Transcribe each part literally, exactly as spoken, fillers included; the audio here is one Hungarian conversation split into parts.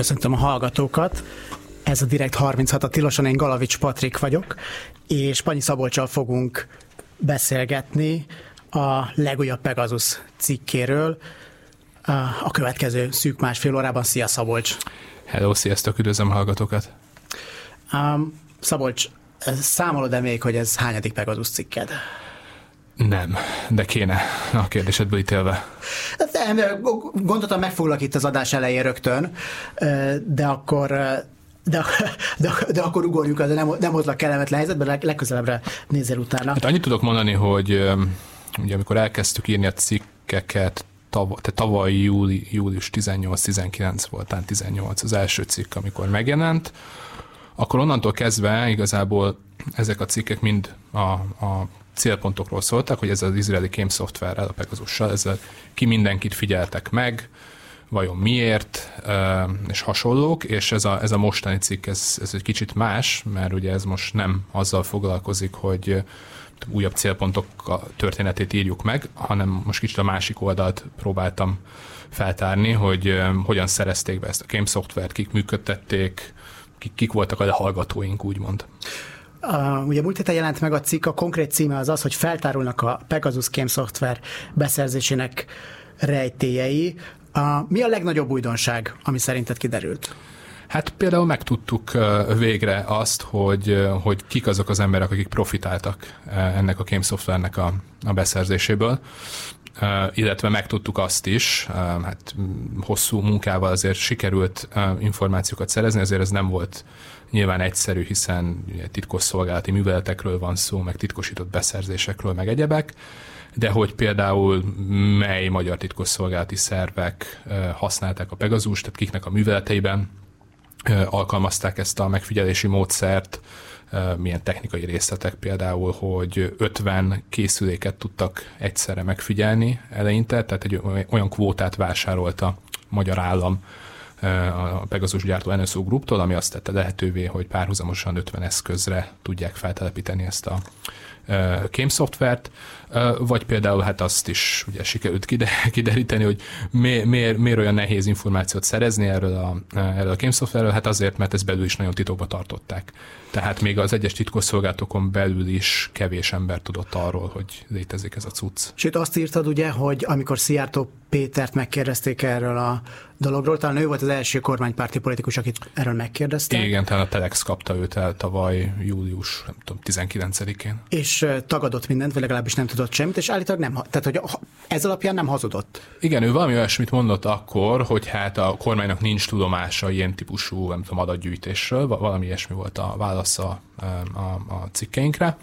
Köszöntöm a hallgatókat. Ez a Direkt harminchat a Tiloson, én Galavics Patrik vagyok, és Panyi Szabolccsal fogunk beszélgetni a legújabb Pegasus cikkéről a következő szűk másfél órában. Szia, Szabolcs! Hello, sziasztok, üdvözlöm a hallgatókat! Um, Szabolcs, számolod-e még, hogy ez hányadik Pegasus cikked? Nem, de kéne a kérdésedből ítélve. De, gondoltam, megfoglak itt az adás elején rögtön, de akkor, de, de, de akkor ugorjuk, de nem, nem hozlak kellemetlen helyzetbe, legközelebbre nézel utána. Hát annyit tudok mondani, hogy ugye amikor elkezdtük írni a cikkeket, tavaly, tehát tavaly júli, július tizennyolc-tizenkilenc volt, tehát tizennyolc az első cikk, amikor megjelent, akkor onnantól kezdve igazából ezek a cikkek mind a, a célpontokról szóltak, hogy ez az izraeli kémszoftverrel, a Pegasussal, ezzel ki mindenkit figyeltek meg, vajon miért, és hasonlók, és ez a, ez a mostani cikk, ez, ez egy kicsit más, mert ugye ez most nem azzal foglalkozik, hogy újabb célpontok történetét írjuk meg, hanem most kicsit a másik oldalt próbáltam feltárni, hogy hogyan szerezték be ezt a kémszoftvert, kik működtették, kik, kik voltak a hallgatóink, úgymond. Uh, ugye múlt héten jelent meg a cikk, a konkrét címe az az, hogy feltárulnak a Pegasus kémszoftver beszerzésének rejtélyei. Uh, mi a legnagyobb újdonság, ami szerinted kiderült? Hát például megtudtuk uh, végre azt, hogy, uh, hogy kik azok az emberek, akik profitáltak uh, ennek a kémszoftvernek a, a beszerzéséből. Uh, illetve megtudtuk azt is, uh, hát hosszú munkával azért sikerült uh, információkat szerezni, azért ez nem volt nyilván egyszerű, hiszen titkosszolgálati műveletekről van szó, meg titkosított beszerzésekről, meg egyebek, de hogy például mely magyar titkosszolgálati szervek uh, használták a Pegazust, tehát kiknek a műveleteiben uh, alkalmazták ezt a megfigyelési módszert, uh, milyen technikai részletek például, hogy ötven készüléket tudtak egyszerre megfigyelni eleinte, tehát egy olyan kvótát vásárolt a magyar állam a Pegasus gyártó en es o Grouptól, ami azt tette lehetővé, hogy párhuzamosan ötven eszközre tudják feltelepíteni ezt a kémszoftvert, vagy például hát azt is ugye sikerült kideríteni, hogy miért, miért, miért olyan nehéz információt szerezni erről a, erről a kémszoftverről, hát azért, mert ezt belül is nagyon titokba tartották. Tehát még az egyes titkosszolgálatokon belül is kevés ember tudott arról, hogy létezik ez a cucc. Sőt, azt írtad ugye, hogy amikor Szijjártó Pétert megkérdezték erről a dologról, talán ő volt az első kormánypárti politikus, akit erről megkérdeztek. Igen, talán a Telex kapta őt el tavaly július, nem tudom, tizenkilencedikén. És tagadott mindent, vagy legalábbis nem tudott semmit, és állítólag nem, tehát hogy ez alapján nem hazudott. Igen, ő valami olyasmit mondott akkor, hogy hát a kormánynak nincs tudomása ilyen típusú, nem tudom, adatgyűjtésről, valami ilyesmi volt a válasz a, a, a cikkeinkre.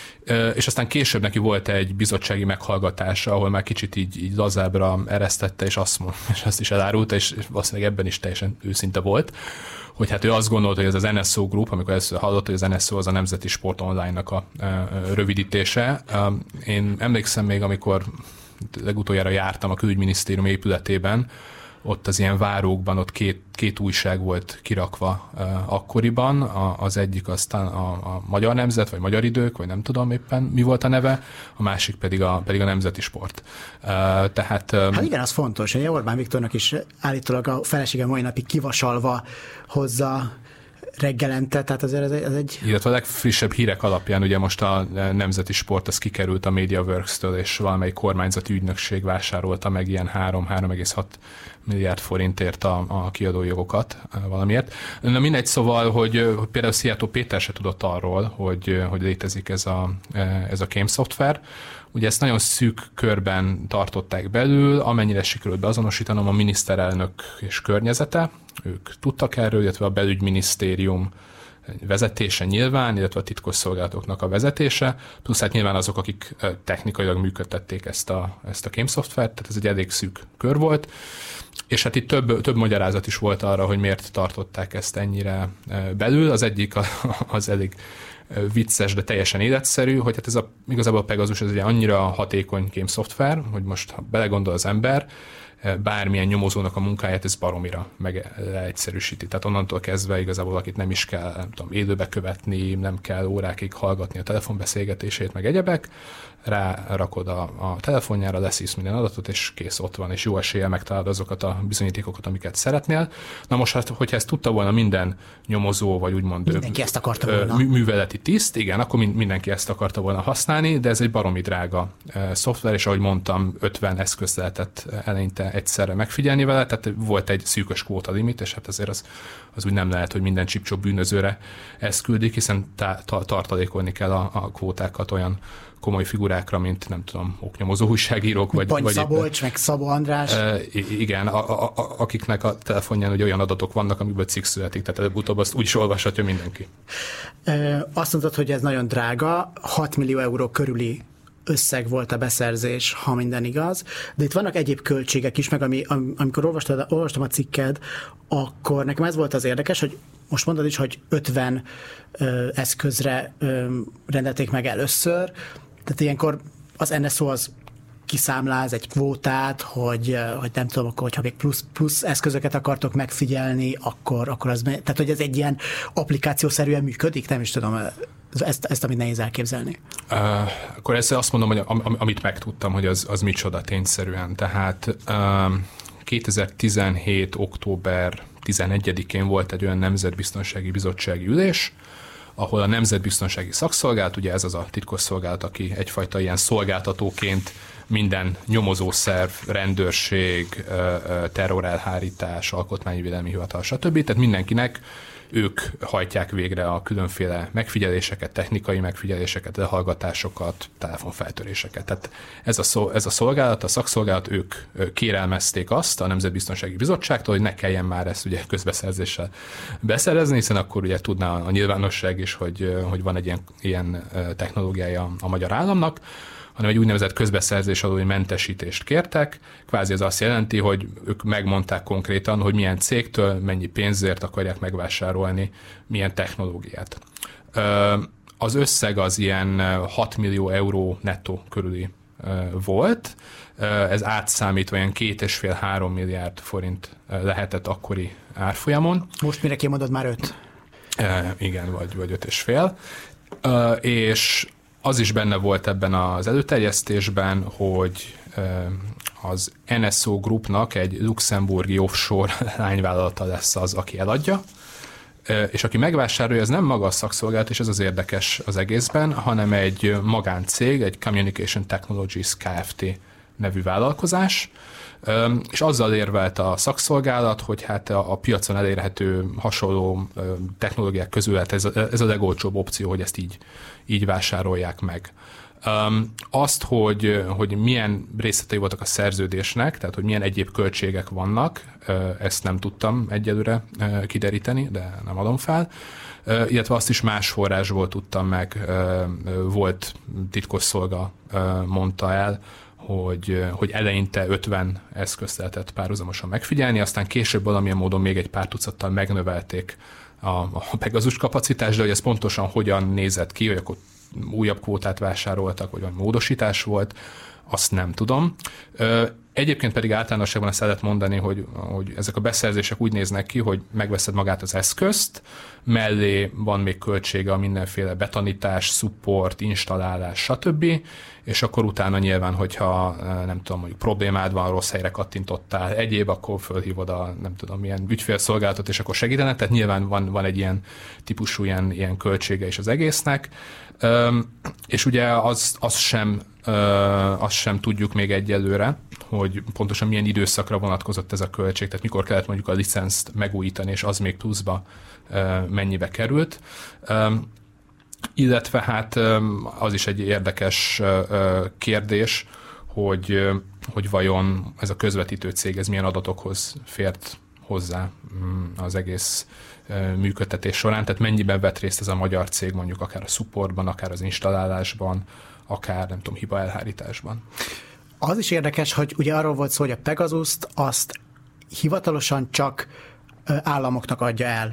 És aztán később neki volt egy bizottsági meghallgatása, ahol már kicsit így, így lazábbra eresztette, és azt, mond, és azt is elárulta, és valószínűleg ebben is teljesen őszinte volt, hogy hát ő azt gondolta, hogy ez az en es o Group, amikor először hallott, hogy az en es o az a Nemzeti Sport Online-nak a rövidítése. Én emlékszem még, amikor legutoljára jártam a Külügyminisztérium épületében, ott az ilyen várókban, ott két, két újság volt kirakva uh, akkoriban, a, az egyik aztán a, a Magyar Nemzet, vagy Magyar Idők, vagy nem tudom éppen mi volt a neve, a másik pedig a, pedig a Nemzeti Sport. Uh, tehát, um, hát igen, az fontos, hogy Orbán Viktornak is állítólag a felesége mai napig kivasalva hozza reggelente, tehát azért ez egy, ez egy... Illetve a legfrissebb hírek alapján ugye most a Nemzeti Sport az kikerült a MediaWorks-től, és valamelyik kormányzati ügynökség vásárolta meg ilyen három-három egész hat milliárd forintért a, a kiadói jogokat valamiért. Na mindegy, szóval, hogy, hogy például Szijjártó Péter se tudott arról, hogy, hogy létezik ez a, ez a kémszoftver. Ugye ezt nagyon szűk körben tartották belül, amennyire sikerült beazonosítanom, a miniszterelnök és környezete, ők tudtak erről, illetve a belügyminisztérium vezetése nyilván, illetve a titkosszolgálatoknak a vezetése, plusz hát nyilván azok, akik technikailag működtették ezt a, ezt a kémszoftvert, tehát ez egy elég szűk kör volt, és hát itt több, több magyarázat is volt arra, hogy miért tartották ezt ennyire belül. Az egyik az elég vicces, de teljesen életszerű, hogy hát ez a, igazából a Pegasus ez egy annyira hatékony kémszoftver, hogy most ha belegondol az ember, bármilyen nyomozónak a munkáját, ez baromira meg leegyszerűsíti. Tehát onnantól kezdve igazából akit nem is kell, nem tudom, élőbe követni, nem kell órákig hallgatni a telefonbeszélgetését, meg egyebek, rárakod a, a telefonjára, leszívsz minden adatot, és kész, ott van, és jó eséllyel megtalálod azokat a bizonyítékokat, amiket szeretnél. Na most, hát, hogyha ezt tudta volna minden nyomozó, vagy úgymond mindenki ezt akarta volna. műveleti tiszt, igen, akkor mindenki ezt akarta volna használni, de ez egy baromi drága uh, szoftver, és ahogy mondtam, ötven eszközt lehetett eleinte egyszerre megfigyelni vele, tehát volt egy szűkös kvóta limit, és hát azért az, az úgy nem lehet, hogy minden csipcsop bűnözőre ezt küldik, hiszen tá- ta- tartalékolni kell a, a kvótákat olyan komoly figurákra, mint nem tudom, oknyomozó újságírók, vagy... Pany vagy Szabolcs, meg Szabó András. E, igen, a, a, a, akiknek a telefonján ugye olyan adatok vannak, amiből cikk születik, tehát előbb-utóbb azt úgy is olvashatja mindenki. E, azt mondtad, hogy ez nagyon drága, hat millió euró körüli összeg volt a beszerzés, ha minden igaz, de itt vannak egyéb költségek is, meg ami, am, amikor olvastad, olvastam a cikked, akkor nekem ez volt az érdekes, hogy most mondod is, hogy ötven ö, eszközre ö, rendelték meg először, tehát ilyenkor az en es o az kiszámláz egy kvótát, hogy, hogy nem tudom, akkor, hogyha még plusz, plusz eszközöket akartok megfigyelni, akkor, akkor az, tehát hogy ez egy ilyen applikációszerűen működik, nem is tudom, ezt, ezt amit nehéz elképzelni. Uh, akkor ezt azt mondom, hogy am, amit megtudtam, hogy az, az micsoda tényszerűen. Tehát um, kétezer-tizenhét. október tizenegyedikén volt egy olyan nemzetbiztonsági bizottsági ülés, ahol a Nemzetbiztonsági Szakszolgálat, ugye ez az a titkosszolgálat, aki egyfajta ilyen szolgáltatóként minden nyomozószerv, rendőrség, terrorelhárítás, alkotmányvédelmi hivatal, stb. Tehát mindenkinek ők hajtják végre a különféle megfigyeléseket, technikai megfigyeléseket, lehallgatásokat, telefonfeltöréseket. Tehát ez a, szol, ez a szolgálat, a szakszolgálat, ők kérelmezték azt a Nemzetbiztonsági Bizottságtól, hogy ne kelljen már ezt ugye közbeszerzéssel beszerezni, hiszen akkor ugye tudná a nyilvánosság is, hogy, hogy van egy ilyen, ilyen technológiája a magyar államnak, hanem egy úgynevezett közbeszerzés alóli mentesítést kértek. Kvázi ez azt jelenti, hogy ők megmondták konkrétan, hogy milyen cégtől, mennyi pénzért akarják megvásárolni, milyen technológiát. Az összeg az ilyen hat millió euró nettó körüli volt. Ez átszámítva olyan két és fél három milliárd forint lehetett akkori árfolyamon. Most mire kimondod, már öt? Igen, vagy, vagy öt és fél. És az is benne volt ebben az előterjesztésben, hogy az en es o Groupnak egy luxemburgi offshore lányvállalata lesz az, aki eladja, és aki megvásárolja, az nem maga a szakszolgálat, és ez az érdekes az egészben, hanem egy magáncég, egy Communication Technologies Kft. Nevű vállalkozás, és azzal érvelt a szakszolgálat, hogy hát a piacon elérhető hasonló technológiák közül hát ez, ez a legolcsóbb opció, hogy ezt így, így vásárolják meg. Azt, hogy, hogy milyen részletei voltak a szerződésnek, tehát hogy milyen egyéb költségek vannak, ezt nem tudtam egyelőre kideríteni, de nem adom fel. Illetve azt is más forrásból tudtam meg, volt titkosszolga mondta el, hogy, hogy eleinte ötven eszközt lehetett párhuzamosan megfigyelni, aztán később valamilyen módon még egy pár tucattal megnövelték a, a Pegasus kapacitást, de hogy ez pontosan hogyan nézett ki, hogy akkor újabb kvótát vásároltak, vagy olyan módosítás volt, azt nem tudom. Egyébként pedig általánosságban azt lehet mondani, hogy, hogy ezek a beszerzések úgy néznek ki, hogy megveszed magát az eszközt, mellé van még költsége a mindenféle betanítás, support, installálás, stb. És akkor utána nyilván, hogyha nem tudom, mondjuk problémád van, rossz helyre kattintottál, egyéb, akkor fölhívod a nem tudom, milyen ügyfélszolgálatot, és akkor segítenek, tehát nyilván van, van egy ilyen típusú ilyen, ilyen költsége is az egésznek. Üm, és ugye az, az sem Uh, azt sem tudjuk még egyelőre, hogy pontosan milyen időszakra vonatkozott ez a költség, tehát mikor kellett mondjuk a licenszt megújítani, és az még pluszba uh, mennyibe került. Um, illetve hát um, az is egy érdekes uh, kérdés, hogy, uh, hogy vajon ez a közvetítő cég ez milyen adatokhoz fért hozzá um, az egész uh, működtetés során, tehát mennyiben vett részt ez a magyar cég mondjuk akár a supportban, akár az installálásban, akár, nem tudom, hiba elhárításban. Az is érdekes, hogy ugye arról volt szó, hogy a Pegasus-t azt hivatalosan csak államoknak adja el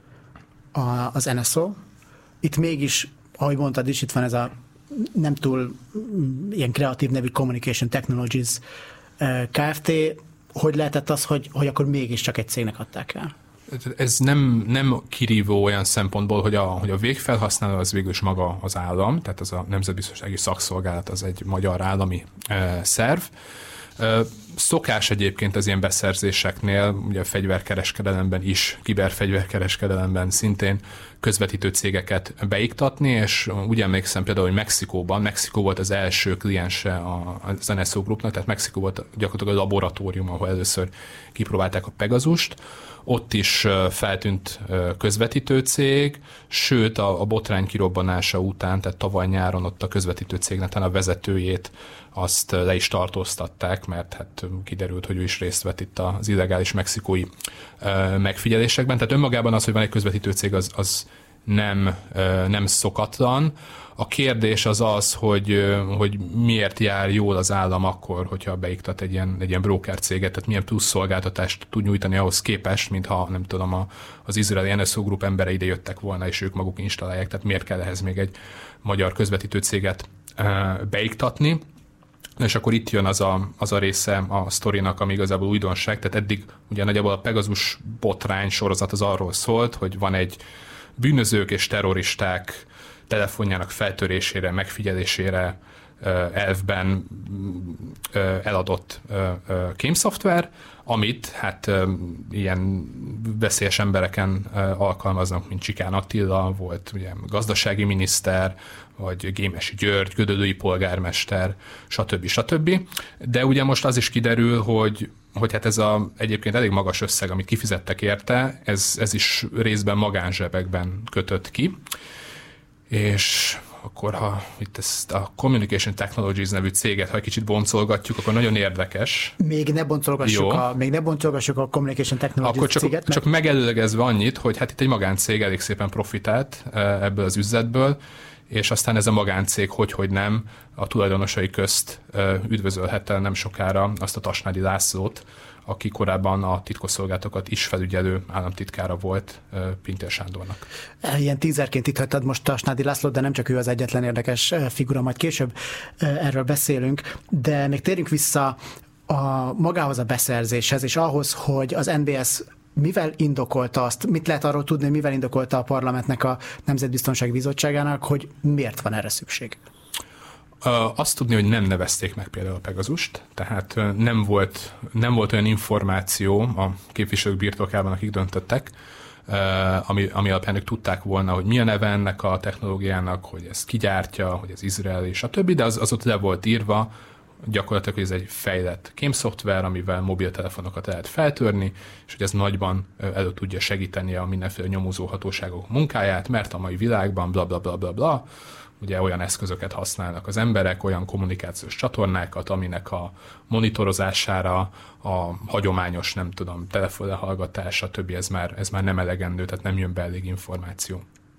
az en es o. Itt mégis, ahogy mondtad is, itt van ez a nem túl ilyen kreatív nevű Communication Technologies Kft., hogy lehetett az, hogy, hogy akkor mégiscsak egy cégnek adták el? Ez nem, nem kirívó olyan szempontból, hogy a, hogy a végfelhasználó az végül is maga az állam, tehát az a Nemzetbiztonsági Szakszolgálat az egy magyar állami e, szerv. E, szokás egyébként az ilyen beszerzéseknél, ugye a fegyverkereskedelemben is, kiberfegyverkereskedelemben szintén közvetítő cégeket beiktatni, és úgy emlékszem például, hogy Mexikóban, Mexikó volt az első kliense az en es o Groupnak, tehát Mexikó volt gyakorlatilag a laboratórium, ahol először kipróbálták a Pegazust. Ott is feltűnt közvetítő cég, sőt a, a botrány kirobbanása után, tehát tavaly nyáron ott a közvetítő cégnek a vezetőjét azt le is tartóztatták, mert hát kiderült, hogy ő is részt vett itt az illegális mexikói megfigyelésekben. Tehát önmagában az, hogy van egy közvetítő cég, az, az nem, nem szokatlan. A kérdés az az, hogy, hogy miért jár jól az állam akkor, hogyha beiktat egy ilyen, egy ilyen broker céget, tehát milyen plusz szolgáltatást tud nyújtani ahhoz képest, mintha nem tudom, a, az izraeli en es o Group emberei ide jöttek volna, és ők maguk installálják, tehát miért kell ehhez még egy magyar közvetítő céget beiktatni. És akkor itt jön az a, az a része a sztorinak, ami igazából újdonság, tehát eddig ugye nagyjából a Pegasus botrány sorozat az arról szólt, hogy van egy bűnözők és terroristák telefonjának feltörésére, megfigyelésére elvben eladott kémszoftver, amit hát ilyen veszélyes embereken alkalmaznak, mint Csikán Attila, volt ugye gazdasági miniszter, vagy Gémesi György, gödöllői polgármester, stb. stb. De ugye most az is kiderül, hogy hogy hát ez a egyébként elég magas összeg, amit kifizettek érte, ez, ez is részben magánzsebekben kötött ki. És akkor, ha itt ezt a Communication Technologies nevű céget, ha egy kicsit boncolgatjuk, akkor nagyon érdekes. Még ne boncolgassuk, a, még ne boncolgassuk a Communication Technologies akkor csak, céget. Csak mert... megelőlegezve annyit, hogy hát itt egy magáncég elég szépen profitált ebből az üzletből, és aztán ez a magáncég hogy-hogy nem a tulajdonosai közt üdvözölhette nem sokára azt a Tasnádi Lászlót, aki korábban a titkosszolgálatokat is felügyelő államtitkára volt Pintér Sándornak. Ilyen tízerként itt hagytad most Tasnádi Lászlót, de nem csak ő az egyetlen érdekes figura, majd később erről beszélünk, de még térjünk vissza a magához a beszerzéshez, és ahhoz, hogy az en bé es mivel indokolta azt, mit lehet arról tudni, mivel indokolta a parlamentnek, a Nemzetbiztonsági Bizottságának, hogy miért van erre szükség? Azt tudni, hogy nem nevezték meg például a Pegazust, tehát nem volt, nem volt olyan információ a képviselők birtokában, akik döntöttek, ami, ami alapján ők tudták volna, hogy mi a neve ennek a technológiának, hogy ez kigyártja, hogy ez izraeli, stb., de az, az ott le volt írva, gyakorlatilag, hogy ez egy fejlett kémszoftver, amivel mobiltelefonokat lehet feltörni, és hogy ez nagyban elő tudja segíteni a mindenféle nyomozóhatóságok munkáját, mert a mai világban bla bla bla bla bla, ugye olyan eszközöket használnak az emberek, olyan kommunikációs csatornákat, aminek a monitorozására, a hagyományos, nem tudom, telefonlehallgatás, stb. Ez már, ez már nem elegendő, tehát nem jön be elég információ.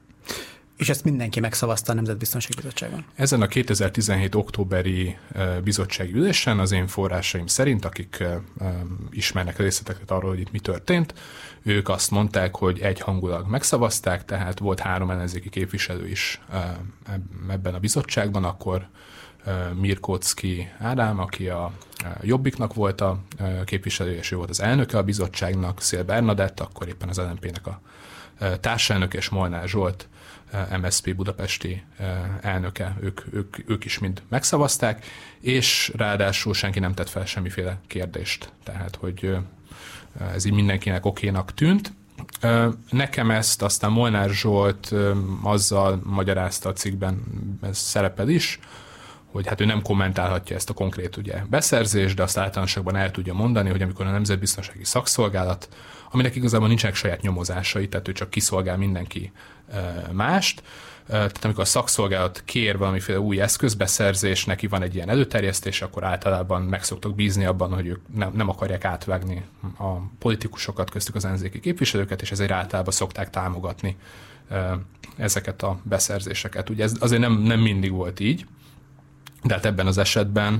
És ezt mindenki megszavazta a Nemzetbiztonsági Bizottságon? Ezen a kétezer-tizenhét októberi bizottsági ülésen az én forrásaim szerint, akik ismernek részleteket arról, hogy itt mi történt, ők azt mondták, hogy egyhangulag megszavazták, tehát volt három ellenzéki képviselő is ebben a bizottságban, akkor Mirkóczki Ádám, aki a Jobbiknak volt a képviselő, és ő volt az elnöke a bizottságnak, Szél Bernadett, akkor éppen az el em pé-nek a társelnök, és Molnár Zsolt, em es zé pé budapesti elnöke, ők, ők, ők is mind megszavazták, és ráadásul senki nem tett fel semmiféle kérdést. Tehát, hogy ez így mindenkinek okénak tűnt. Nekem ezt aztán Molnár Zsolt azzal magyarázta a cikkben, ez szerepel is, hogy hát ő nem kommentálhatja ezt a konkrét ugye, beszerzést, de azt általánosságban el tudja mondani, hogy amikor a Nemzetbiztonsági Szakszolgálat, aminek igazából nincsenek saját nyomozásai, tehát ő csak kiszolgál mindenki mást, tehát amikor a szakszolgálat kér valamiféle új eszközbeszerzés, neki van egy ilyen előterjesztés, akkor általában meg szoktak bízni abban, hogy ők nem, nem akarják átvágni a politikusokat, köztük az ellenzéki képviselőket, és ezért általában szokták támogatni ezeket a beszerzéseket. Ugye ez azért nem, nem mindig volt így, de hát ebben az esetben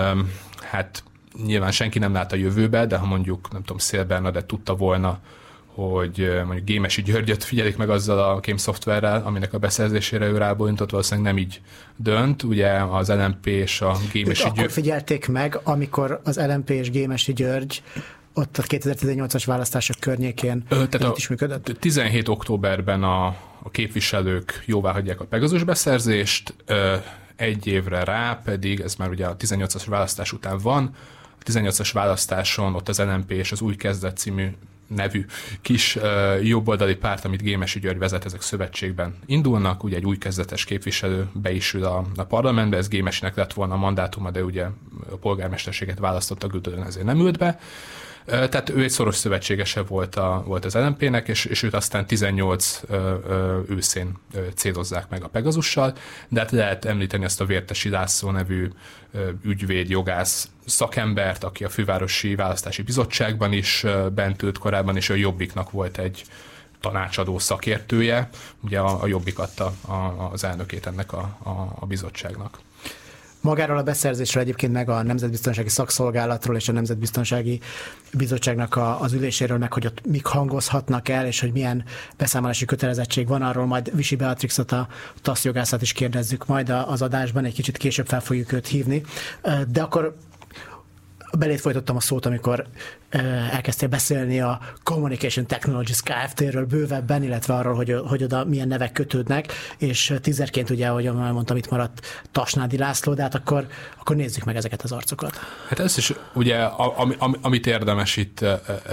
hát nyilván senki nem lát a jövőbe, de ha mondjuk, nem tudom, Szél Bernadett tudta volna, hogy mondjuk Gémesi Györgyöt figyelik meg azzal a kém szoftverrel, aminek a beszerzésére ő rábólintott, valószínűleg nem így dönt. Ugye az el em pé és a Gémesi György... Akkor figyelték meg, amikor az el em pé és Gémesi György ott a kétezer-tizennyolcas választások környékén Ö, tehát is működött? tizenhét októberben a, a képviselők jóváhagyják a Pegasus beszerzést, ö, egy évre rá pedig, ez már ugye a tizennyolcas választás után van, a tizennyolcas választáson ott az el em pé és az Új Kezdet című nevű kis uh, jobboldali párt, amit Gémesi György vezet, ezek szövetségben indulnak, ugye egy új kezdetes képviselő be is ül a, a parlamentbe, ez Gémesinek lett volna a mandátuma, de ugye a polgármesterséget választotta Gödöllön, ezért nem ült be. Uh, tehát ő egy szoros szövetségese volt, a, volt az el em pének, és, és őt aztán tizennyolc uh, uh, őszén uh, célozzák meg a Pegasussal, de hát lehet említeni azt a Vértesi László nevű uh, ügyvéd, jogász szakembert, aki a Fővárosi Választási Bizottságban is uh, bent ült korábban, és a Jobbiknak volt egy tanácsadó szakértője, ugye a, a Jobbik adta a, az elnökét ennek a, a, a bizottságnak. Magáról a beszerzésről egyébként meg a Nemzetbiztonsági Szakszolgálatról és a Nemzetbiztonsági Bizottságnak a, az üléséről, meg hogy ott mik hangozhatnak el, és hogy milyen beszámolási kötelezettség van, arról majd Visi Beatrixot, a TASZ jogászát is kérdezzük majd az adásban, egy kicsit később fel fogjuk őt hívni. De akkor belét folytottam a szót, amikor elkezdtél beszélni a Communication Technologies Kft-ről bővebben, illetve arról, hogy, hogy oda milyen nevek kötődnek, és tízerként ugye, ahogy mondtam, itt maradt Tasnádi László, de hát akkor, akkor nézzük meg ezeket az arcokat. Hát ez is ugye, ami, amit érdemes itt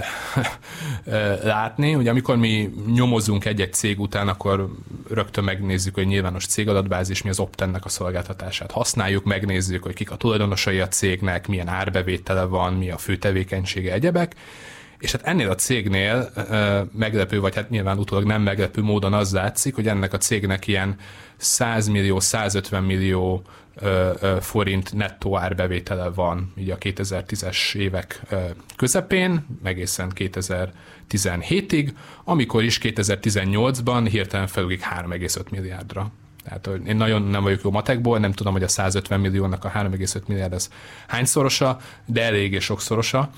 látni, ugye amikor mi nyomozunk egy-egy cég után, akkor rögtön megnézzük, hogy nyilvános cégadatbázis, mi az Optennek a szolgáltatását használjuk, megnézzük, hogy kik a tulajdonosai a cégnek, milyen árbevétele van, mi a fő tevékenysége, egyebek, és hát ennél a cégnél uh, meglepő, vagy hát nyilván utólag nem meglepő módon az látszik, hogy ennek a cégnek ilyen száz millió, százötven millió uh, uh, forint nettó árbevétele van így a kétezer-tízes évek uh, közepén, egészen kétezer-tizenhétig, amikor is kétezer-tizennyolcban hirtelen felugrik három egész öt milliárdra. Tehát én nagyon nem vagyok jó matekból, nem tudom, hogy a százötven milliónak a három egész öt milliárd ez hányszorosa, de eléggé sokszorosa.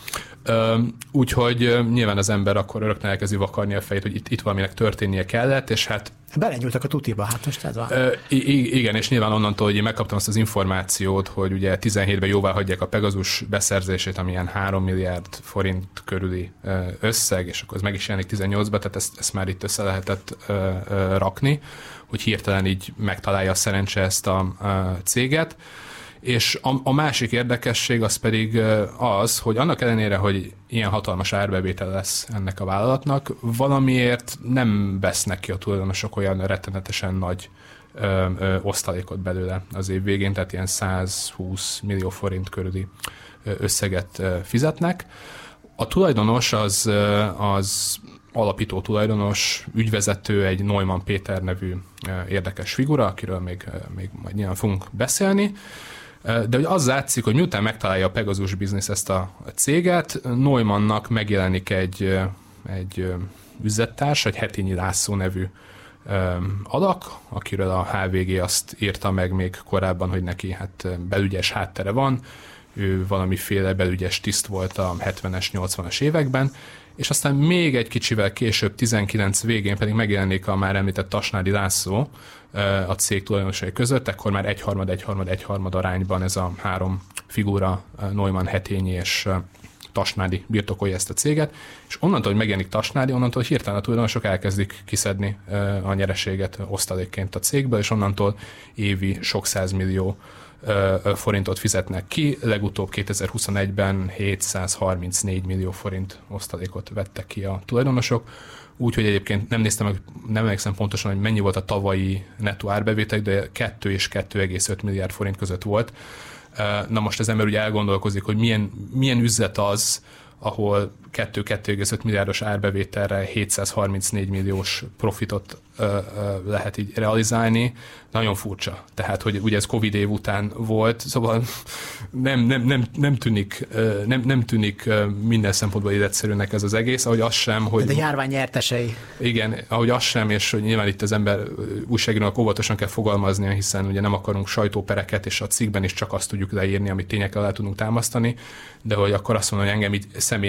Úgyhogy nyilván az ember akkor rögtön elkezdi vakarni a fejét, hogy itt, itt valaminek történnie kellett, és hát belenyúltak a tutiba, hát most ez van. Igen, és nyilván onnantól, hogy én megkaptam azt az információt, hogy ugye tizenhétben jóvá hagyják a Pegasus beszerzését, ami ilyen három milliárd forint körüli összeg, és akkor ez meg is jelenik tizennyolcban, tehát ezt, ezt már itt össze lehetett rakni, hogy hirtelen így megtalálja a szerencse ezt a, a céget. És a, a másik érdekesség az pedig az, hogy annak ellenére, hogy ilyen hatalmas árbevétel lesz ennek a vállalatnak, valamiért nem vesznek ki a tulajdonosok olyan rettenetesen nagy ö, ö, osztalékot belőle az év végén, tehát ilyen százhúsz millió forint körüli összeget fizetnek. A tulajdonos az, az alapító tulajdonos, ügyvezető, egy Neumann Péter nevű érdekes figura, akiről még, még majd nyilván fogunk beszélni. De hogy az látszik, hogy miután megtalálja a Pegasus Business ezt a céget, Neumannnak megjelenik egy, egy üzlettárs, egy Hetényi László nevű alak, akiről a há vé gé azt írta meg még korábban, hogy neki hát belügyes háttere van, ő valamiféle belügyes tiszt volt a hetvenes, nyolcvanas években, és aztán még egy kicsivel később, tizenkilenc végén pedig megjelenik a már említett Tasnádi László a cég tulajdonosai között, ekkor már egyharmad, egyharmad, egyharmad arányban ez a három figura, Neumann, Hetényi és Tasnádi birtokolja ezt a céget, és onnantól, hogy megjelenik Tasnádi, onnantól hirtelen a tulajdonosok elkezdik kiszedni a nyereséget osztalékként a cégből, és onnantól évi sok százmillió forintot fizetnek ki, legutóbb kétezer-huszonegyben hétszázharmincnégy millió forint osztalékot vettek ki a tulajdonosok, úgyhogy egyébként nem néztem meg, nem emlékszem pontosan, hogy mennyi volt a tavalyi nettó árbevétel, de kettő és kettő egész öt milliárd forint között volt. Na most az ember ugye elgondolkozik, hogy milyen, milyen üzlet az, ahol kettő-kettő egész öt milliárdos árbevételre hétszázharmincnégy milliós profitot ö, ö, lehet így realizálni. Nagyon furcsa. Tehát, hogy ugye ez Covid év után volt, szóval nem, nem, nem, nem, tűnik, nem, nem tűnik minden szempontból életszerűnek ez az egész, ahogy az sem, hogy... De járvány nyertesei. Igen, ahogy az sem, és hogy nyilván itt az ember újságírónak óvatosan kell fogalmaznia, hiszen ugye nem akarunk sajtópereket, és a cikkben is csak azt tudjuk leírni, amit tényekkel el tudunk támasztani, de hogy akkor azt mondom, hogy engem így személyesen az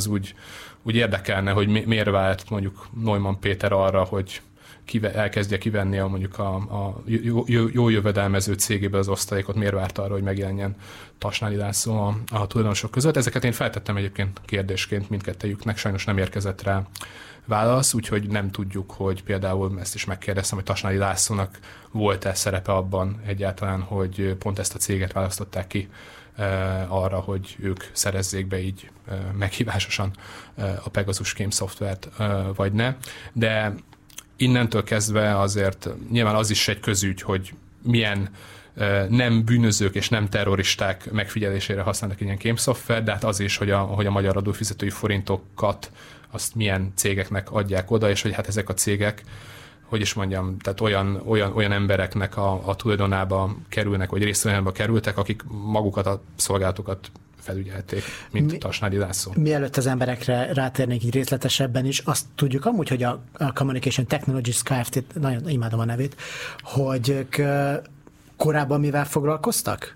úgy, úgy érdekelne, hogy mi, miért vált mondjuk Neumann Péter arra, hogy kive, elkezdje kivenni a, mondjuk a, a jó, jó, jó jövedelmező cégéből az osztalékot, miért várt arra, hogy megjelenjen Tasnádi László a, a tulajdonosok között. Ezeket én feltettem egyébként kérdésként mindkettejüknek, sajnos nem érkezett rá válasz, úgyhogy nem tudjuk, hogy például ezt is megkérdeztem, hogy Tasnádi Lászlónak volt-e szerepe abban egyáltalán, hogy pont ezt a céget választották ki eh, arra, hogy ők szerezzék be így eh, meghívásosan eh, a Pegasus Kém szoftvert, eh, vagy ne. De innentől kezdve azért nyilván az is egy közügy, hogy milyen eh, nem bűnözők és nem terroristák megfigyelésére használnak ilyen kémszoftver, de hát az is, hogy a, hogy a magyar adófizetői forintokat azt milyen cégeknek adják oda, és hogy hát ezek a cégek, hogy is mondjam, tehát olyan, olyan, olyan embereknek a, a tulajdonába kerülnek, vagy részvényekbe kerültek, akik magukat a szolgálatokat felügyelték, mint Mi, Tasnádi László. Mielőtt az emberekre rátérnénk így részletesebben is, azt tudjuk amúgy, hogy a, a Communication Technologies Kft., nagyon imádom a nevét, hogy ők korábban mivel foglalkoztak?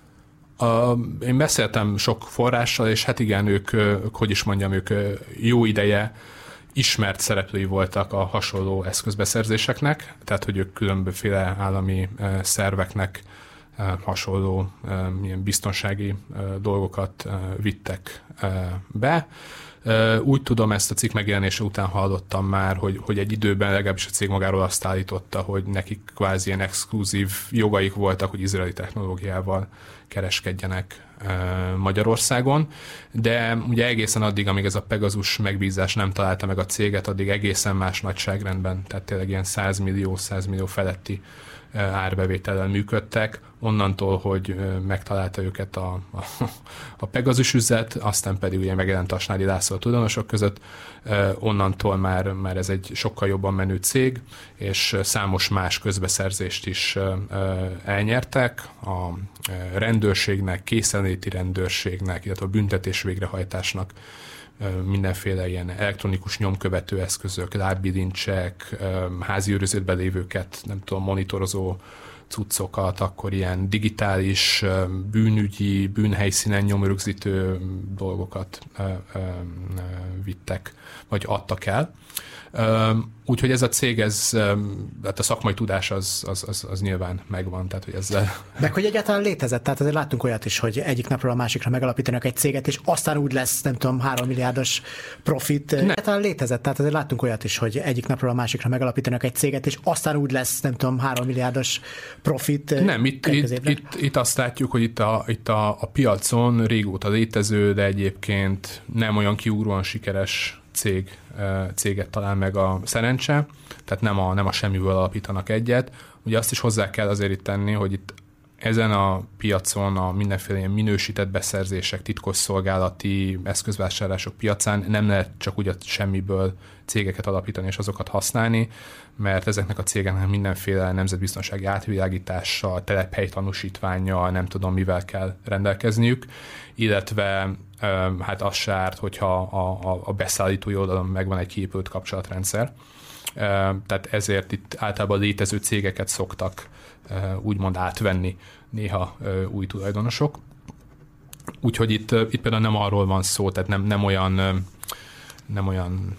A, én beszéltem sok forrással, és hát igen, ők, hogy is mondjam, ők jó ideje ismert szereplői voltak a hasonló eszközbeszerzéseknek, tehát hogy ők különbözőféle állami szerveknek hasonló ilyen biztonsági dolgokat vittek be. Úgy tudom, ezt a cikk megjelenése után hallottam már, hogy, hogy egy időben legalábbis a cég magáról azt állította, hogy nekik kvázi ilyen exkluzív jogaik voltak, hogy izraeli technológiával kereskedjenek Magyarországon, de ugye egészen addig, amíg ez a Pegasus megbízás nem találta meg a céget, addig egészen más nagyságrendben, tehát tényleg ilyen száz millió, száz millió feletti árbevétellel működtek, onnantól, hogy megtalálta őket a, a, a Pegasus üzlet, aztán pedig ugye megjelent Tasnádi László a tulajdonosok között, onnantól már, már ez egy sokkal jobban menő cég, és számos más közbeszerzést is elnyertek, a rendőrségnek, készenléti rendőrségnek, illetve a büntetés végrehajtásnak mindenféle ilyen elektronikus nyomkövető eszközök, lábbilincsek, házi őrizetben lévőket, nem tudom, monitorozó cuccokat, akkor ilyen digitális, bűnügyi, bűnhelyszínen nyomrögzítő dolgokat vittek, vagy adtak el. Úgyhogy ez a cég, ez, hát a szakmai tudás az, az, az, az nyilván megvan. Tehát, hogy ezzel... Meg hogy egyáltalán létezett, tehát azért láttunk olyat is, hogy egyik napról a másikra megalapítanak egy céget, és aztán úgy lesz, nem tudom, három milliárdos profit. Nem. Egyáltalán létezett, tehát azért láttunk olyat is, hogy egyik napról a másikra megalapítanak egy céget, és aztán úgy lesz, nem tudom, három milliárdos profit. Nem, itt, itt, itt, itt azt látjuk, hogy itt, a, itt a, a piacon régóta létező, de egyébként nem olyan kiugróan sikeres cég, céget talál meg a szerencse, tehát nem a, nem a semmiből alapítanak egyet. Ugye azt is hozzá kell azért itt tenni, hogy itt ezen a piacon a mindenféle ilyen minősített beszerzések, titkosszolgálati eszközvásárlások piacán nem lehet csak úgy a semmiből cégeket alapítani és azokat használni, mert ezeknek a cégeknek mindenféle nemzetbiztonsági átvilágítással, telephelytanúsítvánnyal, nem tudom mivel kell rendelkezniük, illetve hát az se árt, hogyha a, a, a beszállítói oldalon megvan egy kiépült kapcsolatrendszer. Tehát ezért itt általában létező cégeket szoktak úgymond átvenni néha új tulajdonosok. Úgyhogy itt, itt például nem arról van szó, tehát nem, nem olyan nem olyan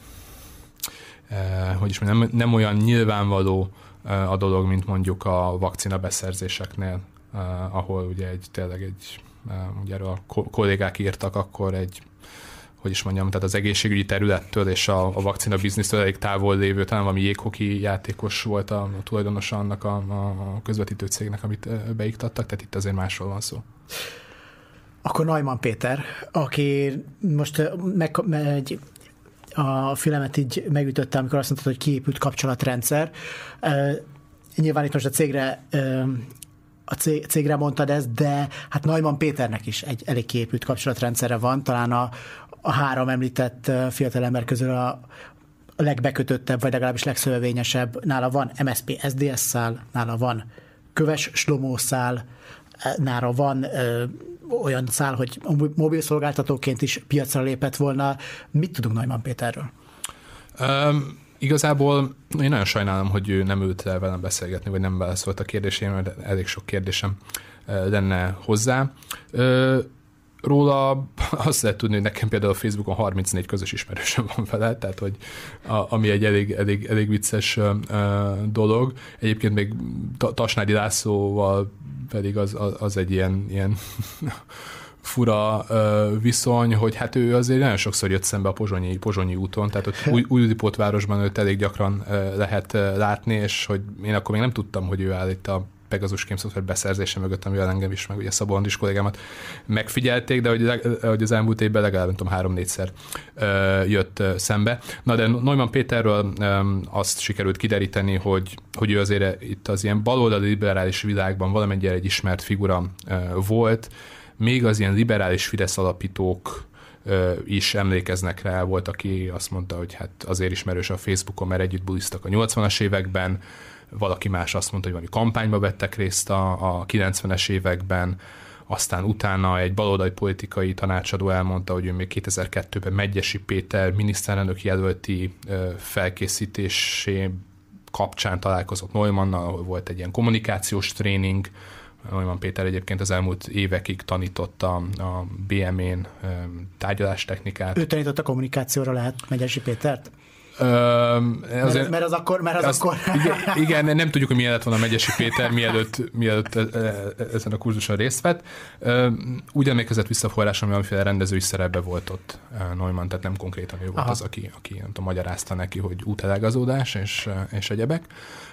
hogy is mondjam, nem, nem olyan nyilvánvaló a dolog, mint mondjuk a vakcina beszerzéseknél, ahol ugye egy tényleg egy ugye erről a kollégák írtak, akkor egy, hogy is mondjam, tehát az egészségügyi területtől és a, a vakcina biznisztől elég távol lévő, talán valami jéghoki játékos volt a, a tulajdonosa annak a, a közvetítő cégnek, amit beiktattak, tehát itt azért másról van szó. Akkor Neumann Péter, aki most meg, meg a fülemet így megütötte, amikor azt mondtad, hogy kiépült kapcsolatrendszer. Nyilván itt most a cégre a cégre mondtad ezt, de hát Neumann Péternek is egy elég kiépült kapcsolatrendszere van, talán a, a három említett fiatalember közül a, a legbekötöttebb, vagy legalábbis legszövevényesebb. Nála van em es zé pé es dé es szál, nála van Köves Slomó szál, nála van ö, olyan szál, hogy mobil szolgáltatóként is piacra lépett volna. Mit tudunk Neumann Péterről? Um, igazából én nagyon sajnálom, hogy ő nem ült el velem beszélgetni, vagy nem válaszolt a kérdéseimre, de elég sok kérdésem lenne hozzá. róla azt lehet tudni, hogy nekem például a Facebookon harmincnégy közös ismerősöm van vele, tehát hogy a, ami egy elég, elég, elég vicces uh, dolog. Egyébként még Tasnádi Lászlóval pedig az, az, az egy ilyen, ilyen fura uh, viszony, hogy hát ő azért nagyon sokszor jött szembe a Pozsonyi, Pozsonyi úton, tehát ott új, Újlipótvárosban őt elég gyakran uh, lehet uh, látni, és hogy én akkor még nem tudtam, hogy ő áll itt a Pegasus kémszoftver beszerzése mögött, amivel engem is, meg ugye Szabó Andris kollégámat megfigyelték, de hogy, hogy az elmúlt évben legalább, nem tudom, három-négyszer uh, jött uh, szembe. Na de Neumann Péterről um, azt sikerült kideríteni, hogy, hogy ő azért itt az ilyen baloldali liberális világban valamennyire egy ismert figura uh, volt, még az ilyen liberális Fidesz alapítók uh, is emlékeznek rá, volt, aki azt mondta, hogy hát azért ismerős a Facebookon, mert együtt buliztak a nyolcvanas években, valaki más azt mondta, hogy valami kampányba vettek részt a, a kilencvenes években, aztán utána egy baloldali politikai tanácsadó elmondta, hogy ő még kétezer-kettőben Medgyessy Péter miniszterelnök jelölti felkészítésé kapcsán találkozott Neumannal, ahol volt egy ilyen kommunikációs tréning. Neumann Péter egyébként az elmúlt évekig tanította a bé em é-n tárgyalástechnikát. Ő tanította kommunikációra, lehet Medgyessy Pétert? Ö, azért, mert, mert az akkor... Mert az azt, akkor... igen, igen, nem tudjuk, hogy milyen lett volna Medgyessy Péter, mielőtt, mielőtt ezen a kurzuson részt vett. Úgy emlékezett vissza a forrásom, hogy valamiféle rendezői szerepben volt ott Neumann, tehát nem konkrétan ő volt Aha. az, aki, aki nem tudom, magyarázta neki, hogy útelágazódás és, és egyebek.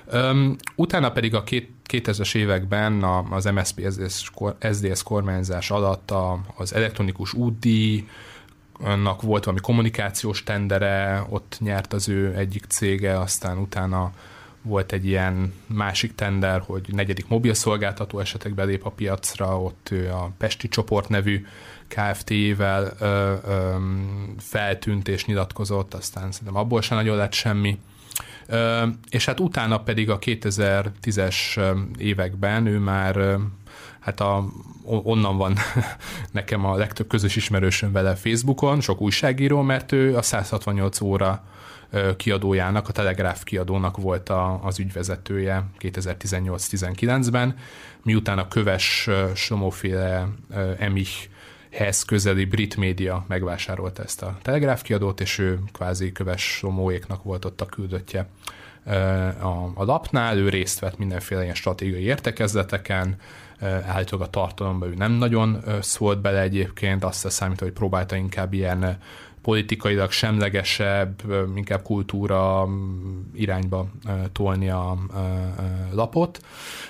Utána pedig a két, kétezres években az em es zé pé es dé es kormányzás alatt az elektronikus útdíj, annak volt valami kommunikációs tendere, ott nyert az ő egyik cége, aztán utána volt egy ilyen másik tender, hogy negyedik mobilszolgáltató esetekben lép a piacra, ott ő a Pesti Csoport nevű Kft-vel ö, ö, feltűnt és nyilatkozott, aztán szerintem abból sem nagyon lett semmi. Ö, és hát utána pedig a kétezer-tízes években ő már hát a, onnan van nekem a legtöbb közös ismerősöm vele Facebookon, sok újságíró, mert ő a száz hatvannyolc óra kiadójának, a Telegráf kiadónak volt a, az ügyvezetője kétezer-tizennyolc-tizenkilencben, miután a Köves Somóféle Emich-hez közeli brit média megvásárolta ezt a Telegráf kiadót, és ő kvázi Köves Somóéknak volt ott a küldöttje a, a lapnál, ő részt vett mindenféle ilyen stratégiai értekezleteken, állítólag a tartalomban ő nem nagyon szólt bele egyébként, azt számít, hogy próbálta inkább ilyen politikailag semlegesebb, inkább kultúra irányba tolni a lapot.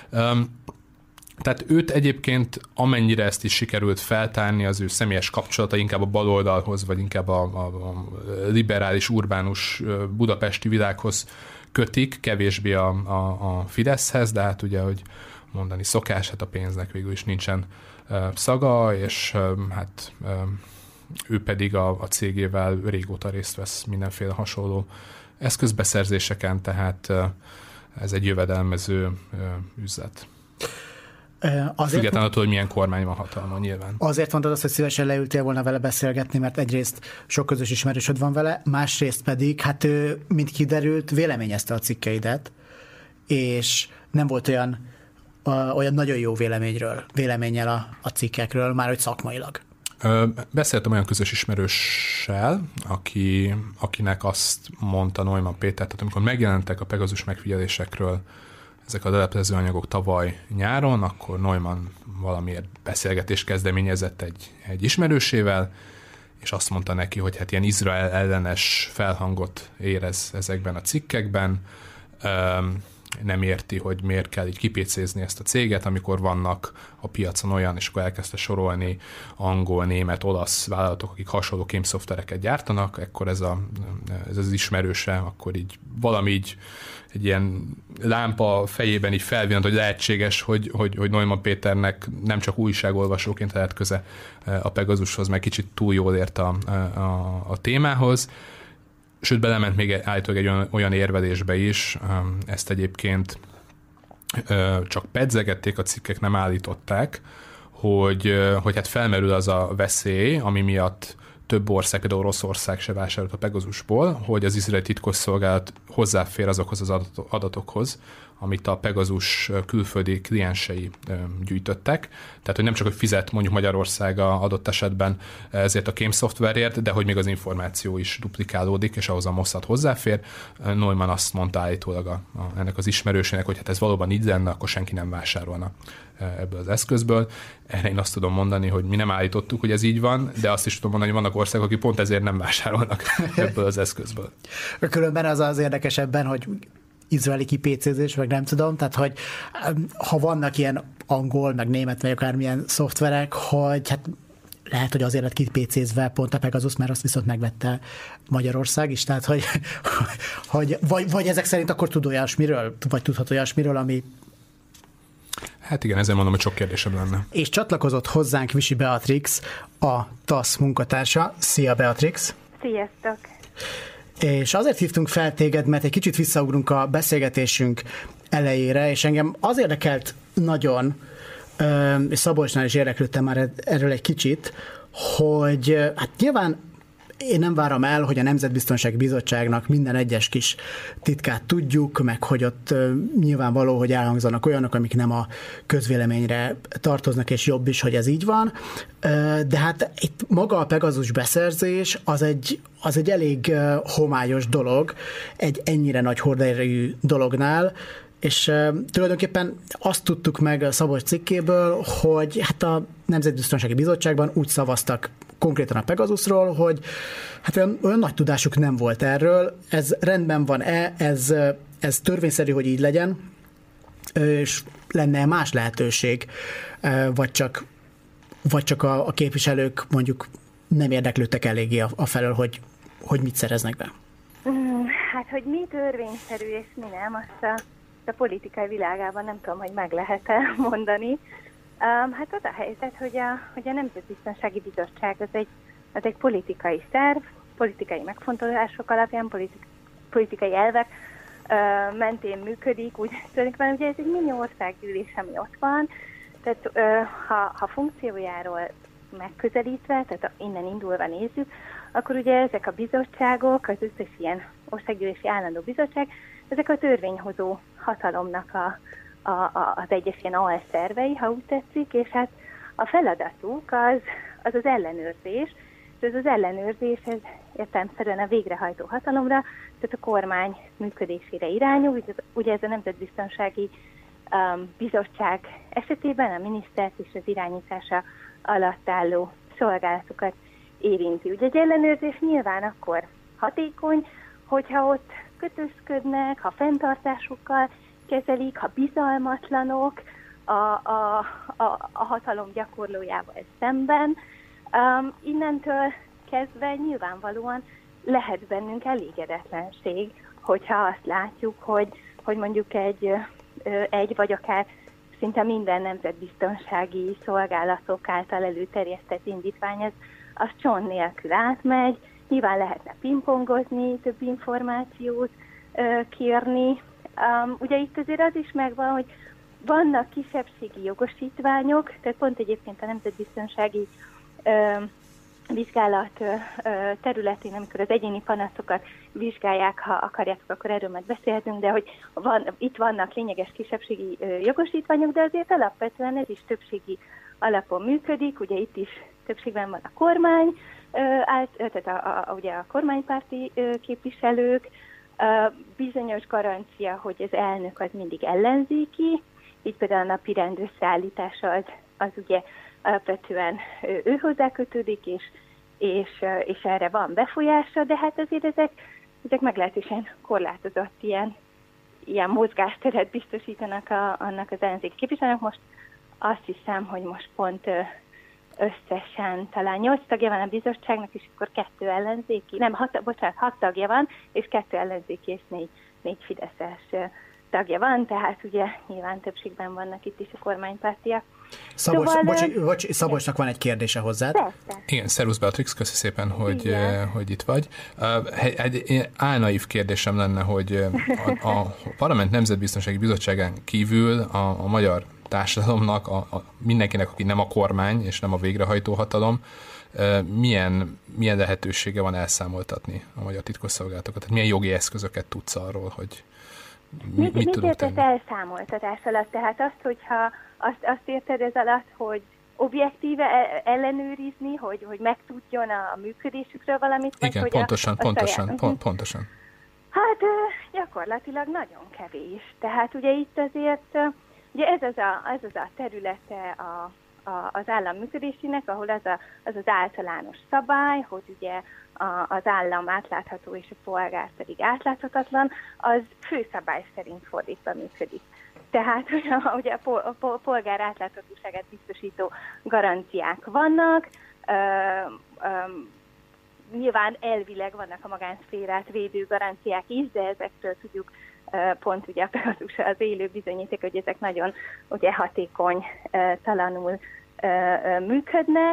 Tehát őt egyébként amennyire ezt is sikerült feltárni, az ő személyes kapcsolata inkább a baloldalhoz, vagy inkább a, a, a liberális, urbánus budapesti világhoz kötik, kevésbé a, a, a Fideszhez, de hát ugye, hogy mondani szokás, hát a pénznek végül is nincsen uh, szaga, és um, hát um, ő pedig a, a cégével régóta részt vesz mindenféle hasonló eszközbeszerzéseken, tehát uh, ez egy jövedelmező uh, üzlet. Azért, függetlenül attól, hogy milyen kormány van hatalma, nyilván. Azért mondtad azt, hogy szívesen leültél volna vele beszélgetni, mert egyrészt sok közös ismerősöd van vele, másrészt pedig, hát ő, mint kiderült, véleményezte a cikkeidet, és nem volt olyan, olyan nagyon jó véleményről, véleménnyel a, a cikkekről, már hogy szakmailag. Ö, beszéltem olyan közös ismerőssel, aki, akinek azt mondta Neumann Péter, tehát amikor megjelentek a Pegasus megfigyelésekről ezek a leleplező anyagok tavaly nyáron, akkor Neumann valamiért beszélgetést kezdeményezett egy, egy ismerősével, és azt mondta neki, hogy hát ilyen Izrael ellenes felhangot érez ezekben a cikkekben, Üm, nem érti, hogy miért kell így kipécézni ezt a céget, amikor vannak a piacon olyan, és akkor elkezdte sorolni angol, német, olasz vállalatok, akik hasonló kémszoftvereket gyártanak, akkor ez, a, ez az ismerőse, akkor így valami így egy ilyen lámpa fejében így felvillant, hogy lehetséges, hogy, hogy, hogy Neumann Péternek nem csak újságolvasóként lehet köze a Pegasushoz, meg kicsit túl jól ért a, a, a témához. Sőt, belement még állítólag egy olyan, olyan érvelésbe is, ezt egyébként csak pedzegették, a cikkek nem állították, hogy, hogy hát felmerül az a veszély, ami miatt több ország, például Oroszország se vásárolt a Pegasusból, hogy az izraeli titkosszolgálat hozzáfér azokhoz az adatokhoz, amit a Pegasus külföldi kliensei gyűjtöttek. Tehát, hogy nem csak, hogy fizet mondjuk Magyarország adott esetben ezért a kém szoftverért, de hogy még az információ is duplikálódik, és ahhoz a Mossad hozzáfér. Neumann azt mondta állítólag a, a, ennek az ismerősének, hogy hát ez valóban így lenne, akkor senki nem vásárolna ebből az eszközből. Erre én azt tudom mondani, hogy mi nem állítottuk, hogy ez így van, de azt is tudom mondani, hogy vannak országok, akik pont ezért nem vásárolnak ebből az eszközből. Különben az az érdekesebben, hogy izraeli kipécézés, meg nem tudom, tehát hogy ha vannak ilyen angol, meg német, vagy akármilyen szoftverek, hogy hát lehet, hogy azért lett kipécézve pont a Pegasus, mert azt viszont megvette Magyarország is, tehát hogy, hogy vagy, vagy ezek szerint akkor tud olyasmiről, vagy tudhat olyasmiről, ami... Hát igen, ezzel mondom, hogy sok kérdésem lenne. És csatlakozott hozzánk Visi Beatrix, a TASZ munkatársa. Szia, Beatrix! Sziasztok! És azért hívtunk fel téged, mert egy kicsit visszaugrunk a beszélgetésünk elejére, és engem az érdekelt nagyon, és Szabolcsnál is érdeklődtem már erről egy kicsit, hogy hát nyilván én nem várom el, hogy a Nemzetbiztonsági Bizottságnak minden egyes kis titkát tudjuk, meg hogy ott nyilvánvaló, hogy elhangzanak olyanok, amik nem a közvéleményre tartoznak, és jobb is, hogy ez így van. De hát itt maga a Pegasus beszerzés az egy, az egy elég homályos dolog, egy ennyire nagy horderejű dolognál, és uh, tulajdonképpen azt tudtuk meg a Szabolcs cikkéből, hogy hát a Nemzetbiztonsági Bizottságban úgy szavaztak konkrétan a Pegasusról, hogy hát olyan, olyan nagy tudásuk nem volt erről. Ez rendben van-e, ez, ez törvényszerű, hogy így legyen, és lenne más lehetőség, vagy csak, vagy csak a, a képviselők mondjuk nem érdeklődtek eléggé a, a felől, hogy, hogy mit szereznek be? Hát, hogy mi törvényszerű és mi nem, azt a a politikai világában nem tudom, hogy meg lehet-e mondani. Um, hát az a helyzet, hogy a, hogy a Nemzetbiztonsági Bizottság az egy, az egy politikai szerv, politikai megfontolások alapján, politik, politikai elvek uh, mentén működik. Úgy tulajdonképpen ugye ez egy mini országgyűlés, ami ott van, tehát uh, ha, ha funkciójáról megközelítve, tehát innen indulva nézzük, akkor ugye ezek a bizottságok, az összes ilyen országgyűlési állandó bizottság, ezek a törvényhozó hatalomnak a, a, a, az egyes ilyen alszervei, ha úgy tetszik, és hát a feladatuk az az, az ellenőrzés, és ez az ellenőrzés, ez értelemszerűen a végrehajtó hatalomra, tehát a kormány működésére irányul, ugye ez a Nemzetbiztonsági um, Bizottság esetében a minisztert és az irányítása alatt álló szolgálatokat érinti. Ugye egy ellenőrzés nyilván akkor hatékony, hogyha ott kötözködnek, ha fenntartásukkal kezelik, ha bizalmatlanok a, a, a, a hatalom gyakorlójával szemben. Um, innentől kezdve nyilvánvalóan lehet bennünk elégedetlenség, hogyha azt látjuk, hogy, hogy mondjuk egy, egy vagy akár szinte minden nemzetbiztonsági szolgálatok által előterjesztett indítvány, az, az csont nélkül átmegy. Nyilván lehetne pingpongozni, több információt ö, kérni. Um, ugye itt azért az is megvan, hogy vannak kisebbségi jogosítványok, tehát pont egyébként a nemzetbiztonsági ö, vizsgálat ö, területén, amikor az egyéni panaszokat vizsgálják, ha akarjátok, akkor erről majd beszélhetünk, de hogy van, itt vannak lényeges kisebbségi ö, jogosítványok, de azért alapvetően ez is többségi alapon működik, ugye itt is többségben van a kormány, Állt, tehát a, a, ugye a kormánypárti képviselők, bizonyos garancia, hogy az elnök az mindig ellenzéki, így például a napirend összeállítása az, az ugye alapvetően ő hozzá kötődik, és, és, és erre van befolyása, de hát azért ezek, ezek meglehetősen korlátozott ilyen, ilyen mozgásteret biztosítanak a, annak az ellenzéki képviselőnek. Most azt hiszem, hogy most pont összesen talán nyolc tagja van a bizottságnak, és akkor kettő ellenzéki, nem, hat, bocsánat, hat tagja van, és kettő ellenzéki, és négy, négy fideszes tagja van, tehát ugye nyilván többségben vannak itt is a kormánymártiak. Szabolcs, szóval, bocs, bocs, Szabolcsnak van egy kérdése hozzád. Persze. Igen, szervusz Beatrix, köszi szépen, hogy, hogy itt vagy. Egy, egy álnaív kérdésem lenne, hogy a, a Parlament Nemzetbiztonsági Bizottságán kívül a, a magyar társadalomnak, a, a mindenkinek, aki nem a kormány és nem a végrehajtó hatalom, milyen, milyen lehetősége van elszámoltatni a magyar titkosszolgálatokat? Tehát milyen jogi eszközöket tudsz arról, hogy mi, mit, mit, mit tudunk tenni? Mit értesz elszámoltatás alatt? Tehát azt, hogyha azt, azt érted ez alatt, hogy objektíve ellenőrizni, hogy, hogy megtudjon a működésükről valamit? Igen, vagy, pontosan, hogy a, pontosan, a pont, pontosan. Hát gyakorlatilag nagyon kevés. Tehát ugye itt azért, ugye ez az a, ez az a területe a, a, az állam működésének, ahol az, a, az az általános szabály, hogy ugye a, az állam átlátható és a polgár pedig átláthatatlan, az főszabály szerint fordítva működik. Tehát ugye a polgár átláthatóságát biztosító garanciák vannak, ö, ö, nyilván elvileg vannak a magánszférát védő garanciák is, de ezektől tudjuk pont ugye a Pegasus az élő bizonyíték, hogy ezek nagyon ugye hatékony talanul működnek.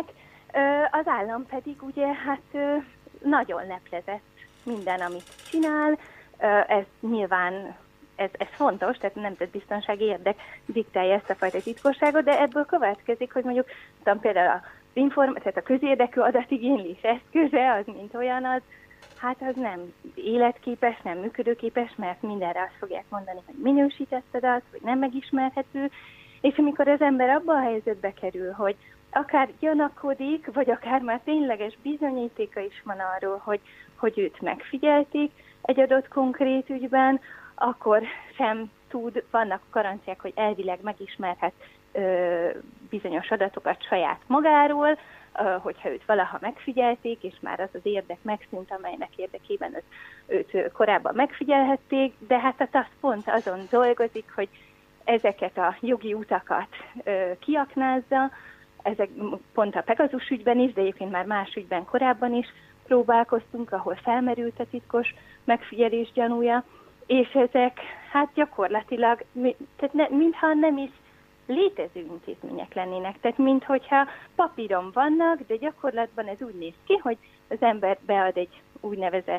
Az állam pedig ugye hát nagyon leplezett minden, amit csinál. Ez nyilván ez, ez fontos, tehát a nemzetbiztonsági érdek diktálja ezt a fajta titkosságot, de ebből következik, hogy mondjuk tudom, például a Inform- tehát a közérdekű adatigénylés eszköze, az mint olyan, az, hát az nem életképes, nem működőképes, mert mindenre azt fogják mondani, hogy minősített adat, hogy nem megismerhető, és amikor az ember abba a helyzetbe kerül, hogy akár gyanakodik, vagy akár már tényleges bizonyítéka is van arról, hogy, hogy őt megfigyelték egy adott konkrét ügyben, akkor sem tud, vannak garanciák, hogy elvileg megismerhet ö, bizonyos adatokat saját magáról, ö, hogyha őt valaha megfigyelték, és már az az érdek megszűnt, amelynek érdekében őt, őt korábban megfigyelhették, de hát a TASZ pont azon dolgozik, hogy ezeket a jogi utakat ö, kiaknázza, ezek pont a Pegasus ügyben is, de egyébként már más ügyben korábban is próbálkoztunk, ahol felmerült a titkos megfigyelés gyanúja, és ezek hát gyakorlatilag, tehát ne, mintha nem is létező intézmények lennének, tehát minthogyha papíron vannak, de gyakorlatban ez úgy néz ki, hogy az ember bead egy úgynevezett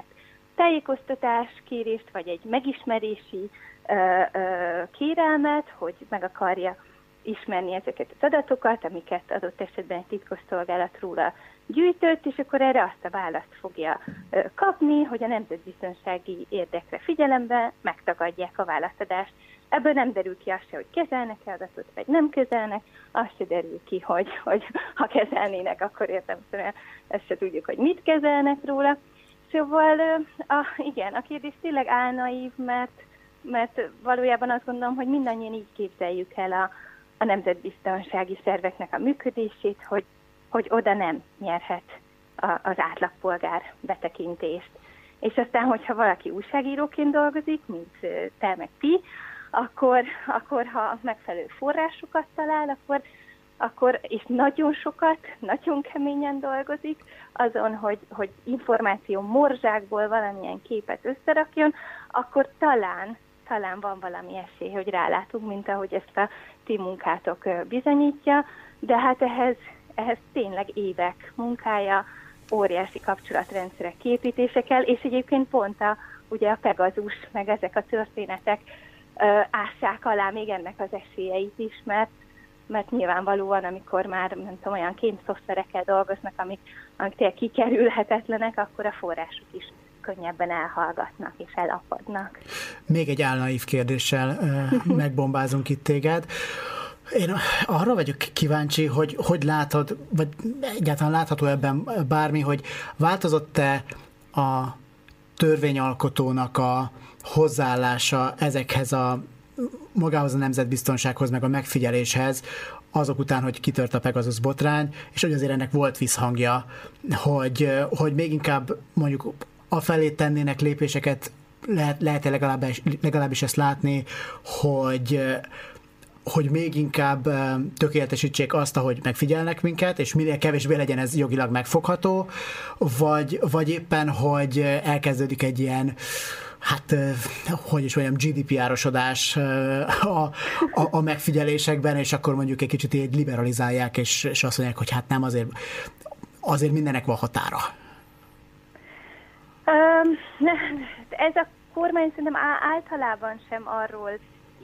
tájékoztatáskérést, vagy egy megismerési ö, ö, kérelmet, hogy meg akarja ismerni ezeket az adatokat, amiket adott esetben egy titkosszolgálat róla gyűjtött, és akkor erre azt a választ fogja kapni, hogy a nemzetbiztonsági érdekre figyelembe megtagadják a válaszadást. Ebből nem derül ki azt se, hogy kezelnek-e adatot, vagy nem kezelnek, azt se derül ki, hogy, hogy ha kezelnének, akkor értelemszerűen ezt se tudjuk, hogy mit kezelnek róla. Szóval a, igen, a kérdés tényleg álnaív, mert, mert valójában azt gondolom, hogy mindannyian így képzeljük el a, a nemzetbiztonsági szerveknek a működését, hogy hogy oda nem nyerhet a, az átlagpolgár betekintést. És aztán, hogyha valaki újságíróként dolgozik, mint te meg ti, akkor, akkor ha megfelelő forrásokat talál, akkor, akkor, és nagyon sokat, nagyon keményen dolgozik azon, hogy, hogy információ morzsákból valamilyen képet összerakjon, akkor talán, talán van valami esély, hogy rálátunk, mint ahogy ezt a ti munkátok bizonyítja, de hát ehhez ehhez tényleg évek munkája, óriási kapcsolatrendszerek képítése kell, és egyébként pont a, ugye a Pegasus, meg ezek a történetek ö, ássák alá még ennek az esélyeit is, mert, mert nyilvánvalóan, amikor már nem tudom, olyan kémszoftverekkel dolgoznak, amik, amik tényleg kikerülhetetlenek, akkor a források is könnyebben elhallgatnak és elapadnak. Még egy álnaív kérdéssel ö, megbombázunk itt téged. Én arra vagyok kíváncsi, hogy hogy látod, vagy egyáltalán látható ebben bármi, hogy változott-e a törvényalkotónak a hozzáállása ezekhez a magához a nemzetbiztonsághoz, meg a megfigyeléshez, azok után, hogy kitört a Pegasus botrány, és hogy azért ennek volt visszhangja, hogy, hogy még inkább mondjuk afelé tennének lépéseket, lehet, lehet legalábbis, legalábbis ezt látni, hogy hogy még inkább tökéletesítsék azt, ahogy megfigyelnek minket, és minél kevésbé legyen ez jogilag megfogható, vagy, vagy éppen, hogy elkezdődik egy ilyen, hát, hogy is mondjam, gé dé pé er-osodás a, a, a megfigyelésekben, és akkor mondjuk egy kicsit így liberalizálják, és, és azt mondják, hogy hát nem, azért, azért mindennek van határa. Um, ez a kormány szerintem általában sem arról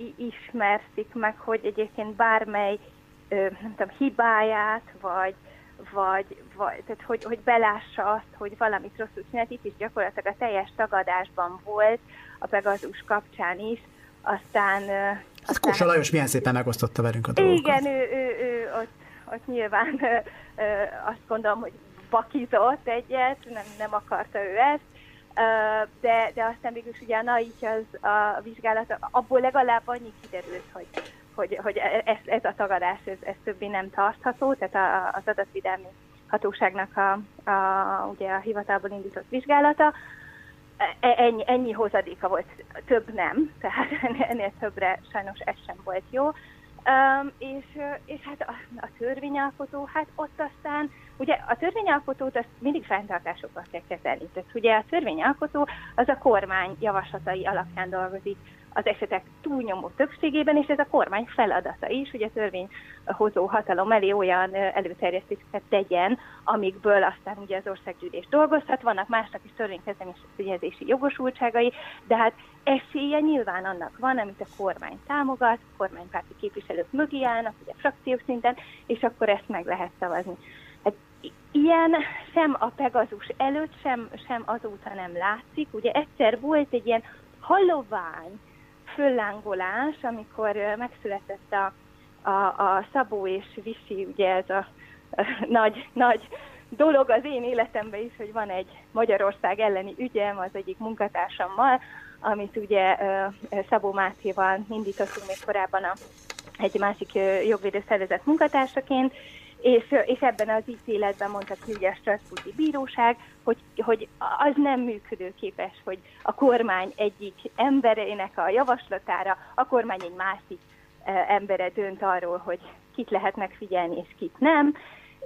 ismerszik meg, hogy egyébként bármely nem tudom, hibáját, vagy, vagy, vagy tehát hogy, hogy belássa azt, hogy valamit rosszul csinált. Itt is gyakorlatilag a teljes tagadásban volt a Pegazus kapcsán is, aztán... Hát Kósa Lajos milyen szépen megosztotta velünk a dolgokat. Igen, ő, ő, ő ott, ott nyilván ö, ö, azt gondolom, hogy bakizott egyet, nem, nem akarta ő ezt, ö, de, de aztán végül ugye a NAIC az a vizsgálat, abból legalább annyi kiderült, hogy, hogy, hogy ez, ez a tagadás, ez, ez többé nem tartható, tehát a, az adatvédelmi hatóságnak a, a, ugye a hivatalból indított vizsgálata. Ennyi, ennyi hozadéka volt, több nem, tehát ennél többre sajnos ez sem volt jó. Um, és, és hát a, a törvényalkotó, hát ott aztán, ugye a törvényalkotót azt mindig fenntartásokkal kell kezelni. Tehát ugye a törvényalkotó az a kormány javaslatai alapján dolgozik az esetek túlnyomó többségében, és ez a kormány feladata is, hogy a törvényhozó hatalom elé olyan előterjesztéseket tegyen, amikből aztán ugye az országgyűlés dolgozhat, vannak másnak is törvénykezdenési jogosultságai, de hát esélye nyilván annak van, amit a kormány támogat, a kormánypárti képviselők mögé állnak, ugye frakciós szinten, és akkor ezt meg lehet szavazni. Hát ilyen sem a Pegazus előtt, sem, sem azóta nem látszik. Ugye egyszer volt egy ilyen hallovány föllángolás, amikor megszületett a, a, a Szabó és Visi, ugye ez a, a nagy, nagy dolog az én életemben is, hogy van egy Magyarország elleni ügyem az egyik munkatársammal, amit ugye Szabó Mátéval indítottunk még korábban a, egy másik jogvédőszervezet munkatársaként, és, és ebben az ítéletben mondta ki ugye a Strasbourgi Bíróság, hogy, hogy az nem működőképes, hogy a kormány egyik emberének a javaslatára a kormány egy másik embere dönt arról, hogy kit lehet megfigyelni és kit nem,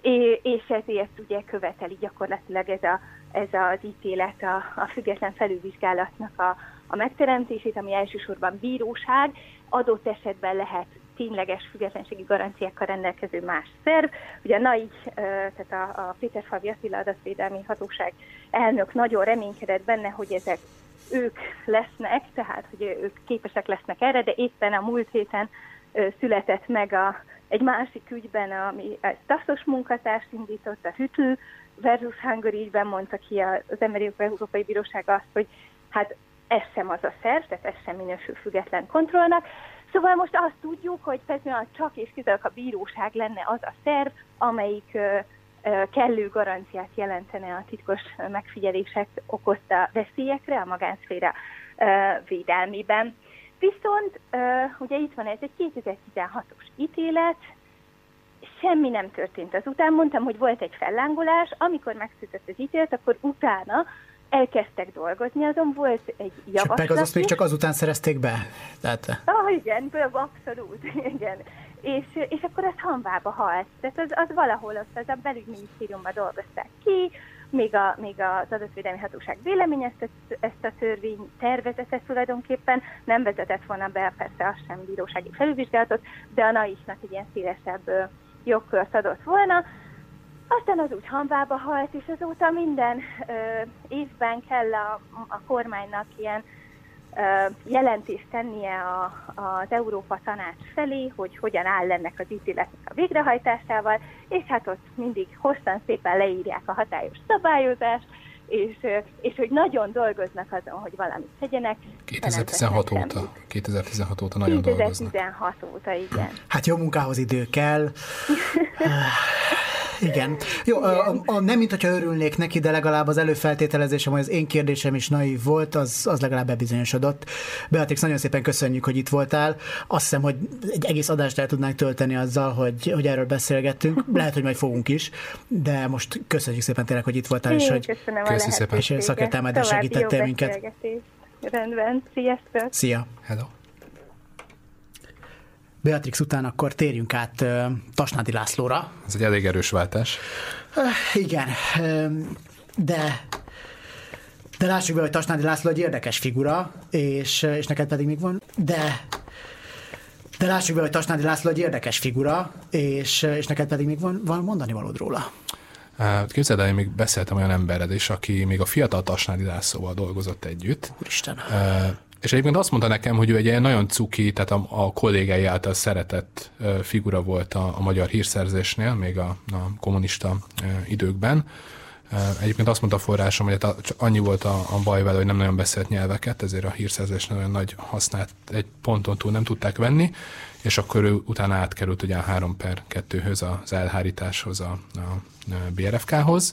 és ezért ugye követeli gyakorlatilag ez, a, ez az ítélet a, a független felülvizsgálatnak a, a megteremtését, ami elsősorban bíróság, adott esetben lehet tényleges függetlenségi garanciákkal rendelkező más szerv. Ugye a NAIC, tehát a, a Péterfalvi Attila adatvédelmi hatóság elnök nagyon reménykedett benne, hogy ezek ők lesznek, tehát hogy ők képesek lesznek erre, de éppen a múlt héten született meg a, egy másik ügyben, ami egy taszos munkatárs indított, a Hütl versus Hungary ügyben mondta ki az Emberi Európai Bíróság azt, hogy hát ez sem az a szerv, tehát ez sem minősül független kontrollnak. Szóval most azt tudjuk, hogy persze csak és kizárólag a bíróság lenne az a szerv, amelyik ö, ö, kellő garanciát jelentene a titkos megfigyelések okozta veszélyekre a magánszféra ö, védelmében. Viszont ö, ugye itt van ez egy kétezer-tizenhatos ítélet, semmi nem történt azután. Mondtam, hogy volt egy fellángolás, amikor megszületett az ítélet, akkor utána elkezdtek dolgozni, azon volt egy javaslat. Meg az azt még csak azután szerezték be? Tehát... Ah, igen, abszolút, igen. És, és akkor ez hanvába halt. Tehát az, az valahol ott, az a belügyminisztériumban dolgozták ki, még, a, még az adatvédelmi hatóság véleményezte ezt a törvény tervezetet tulajdonképpen, nem vezetett volna be persze az sem bírósági felülvizsgálatot, de a NAIC-nak egy ilyen szélesebb jogkört adott volna. Aztán az úgy hanvába halt, és azóta minden ö, évben kell a, a kormánynak ilyen ö, jelentést tennie a, az Európa Tanács felé, hogy hogyan áll ennek az ítéletnek a végrehajtásával, és hát ott mindig hosszan szépen leírják a hatályos szabályozást, és, és hogy nagyon dolgoznak azon, hogy valamit tegyenek. kétezer-tizenhat óta, kétezer-tizenhat óta nagyon dolgoznak. kétezer-tizenhat óta, igen. Hát jó munkához idő kell. Igen. Jó, a, a, nem mint hogyha örülnék neki, de legalább az előfeltételezésem, hogy az én kérdésem is naív volt, az, az legalább bebizonyosodott. Beatrix, nagyon szépen köszönjük, hogy itt voltál. Azt hiszem, hogy egy egész adást el tudnánk tölteni azzal, hogy, hogy erről beszélgettünk. Lehet, hogy majd fogunk is, de most köszönjük szépen tényleg, hogy itt voltál, én és hogy köszi szépen. És szakértelmeddel segítettél minket. Rendben, sziasztok! Szia! Hello! Beatrix után akkor térjünk át uh, Tasnádi Lászlóra. Ez egy elég erős váltás. Uh, igen, uh, de, de lássuk be, hogy Tasnádi László egy érdekes figura, és, és neked pedig még van, de, de lássuk be, hogy Tasnádi László egy érdekes figura, és, és neked pedig még van, van mondani valód róla. Képzeld el, én még beszéltem olyan emberrel is, aki még a fiatal Tasnádi Lászlóval dolgozott együtt. Úristen. és egyébként azt mondta nekem, hogy ő egy ilyen nagyon cuki, tehát a, a kollégái által szeretett figura volt a, a magyar hírszerzésnél, még a, a kommunista időkben. Egyébként azt mondta a forrásom, hogy csak annyi volt a, a baj vele, hogy nem nagyon beszélt nyelveket, ezért a hírszerzésnél nagyon nagy hasznát egy ponton túl nem tudták venni, és akkor ő utána átkerült ugye a három per kettőhöz, az elhárításhoz, a, a bé er ef ká-hoz,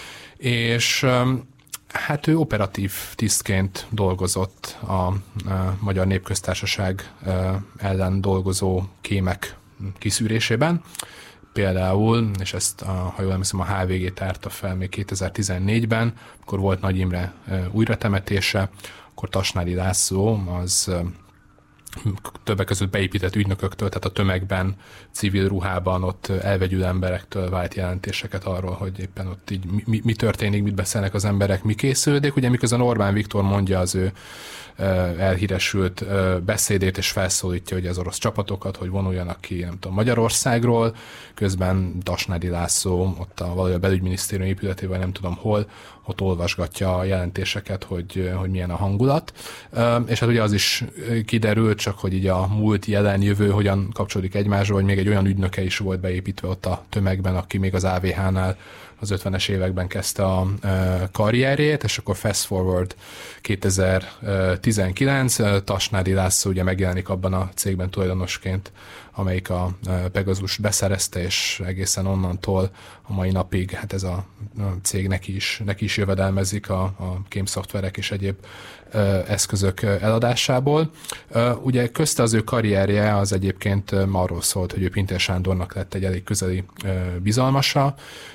és hát ő operatív tisztként dolgozott a, a Magyar Népköztársaság ellen dolgozó kémek kiszűrésében. Például, és ezt, a, ha jól emlékszem, a há vé gé tárta fel még kétezer-tizennégyben, akkor volt Nagy Imre újratemetése, akkor Tasnádi László az többek között beépített ügynököktől, tehát a tömegben, civil ruhában ott elvegyül emberektől vált jelentéseket arról, hogy éppen ott így mi, mi történik, mit beszélnek az emberek, mi készülődik. Ugye miközben Orbán Viktor mondja az ő elhíresült beszédét, és felszólítja ugye az orosz csapatokat, hogy vonuljanak ki, nem tudom, Magyarországról, közben Tasnádi László ott a valójában a belügyminisztérium épületében, nem tudom hol, ott olvasgatja a jelentéseket, hogy, hogy milyen a hangulat. És hát ugye az is kiderült, csak hogy így a múlt, jelen, jövő hogyan kapcsolódik egymásra, hogy még egy olyan ügynöke is volt beépítve ott a tömegben, aki még az á vé há-nál az ötvenes években kezdte a karrierjét, és akkor fast forward kétezer-tizenkilenc, Tasnádi László ugye megjelenik abban a cégben tulajdonosként, amelyik a Pegasus beszerezte, és egészen onnantól a mai napig hát ez a cég neki is, neki is jövedelmezik a, a kémszoftverek és egyéb eszközök eladásából. Ugye közte az ő karrierje az egyébként arról szólt, hogy ő Pintér Sándornak lett egy elég közeli bizalmasa.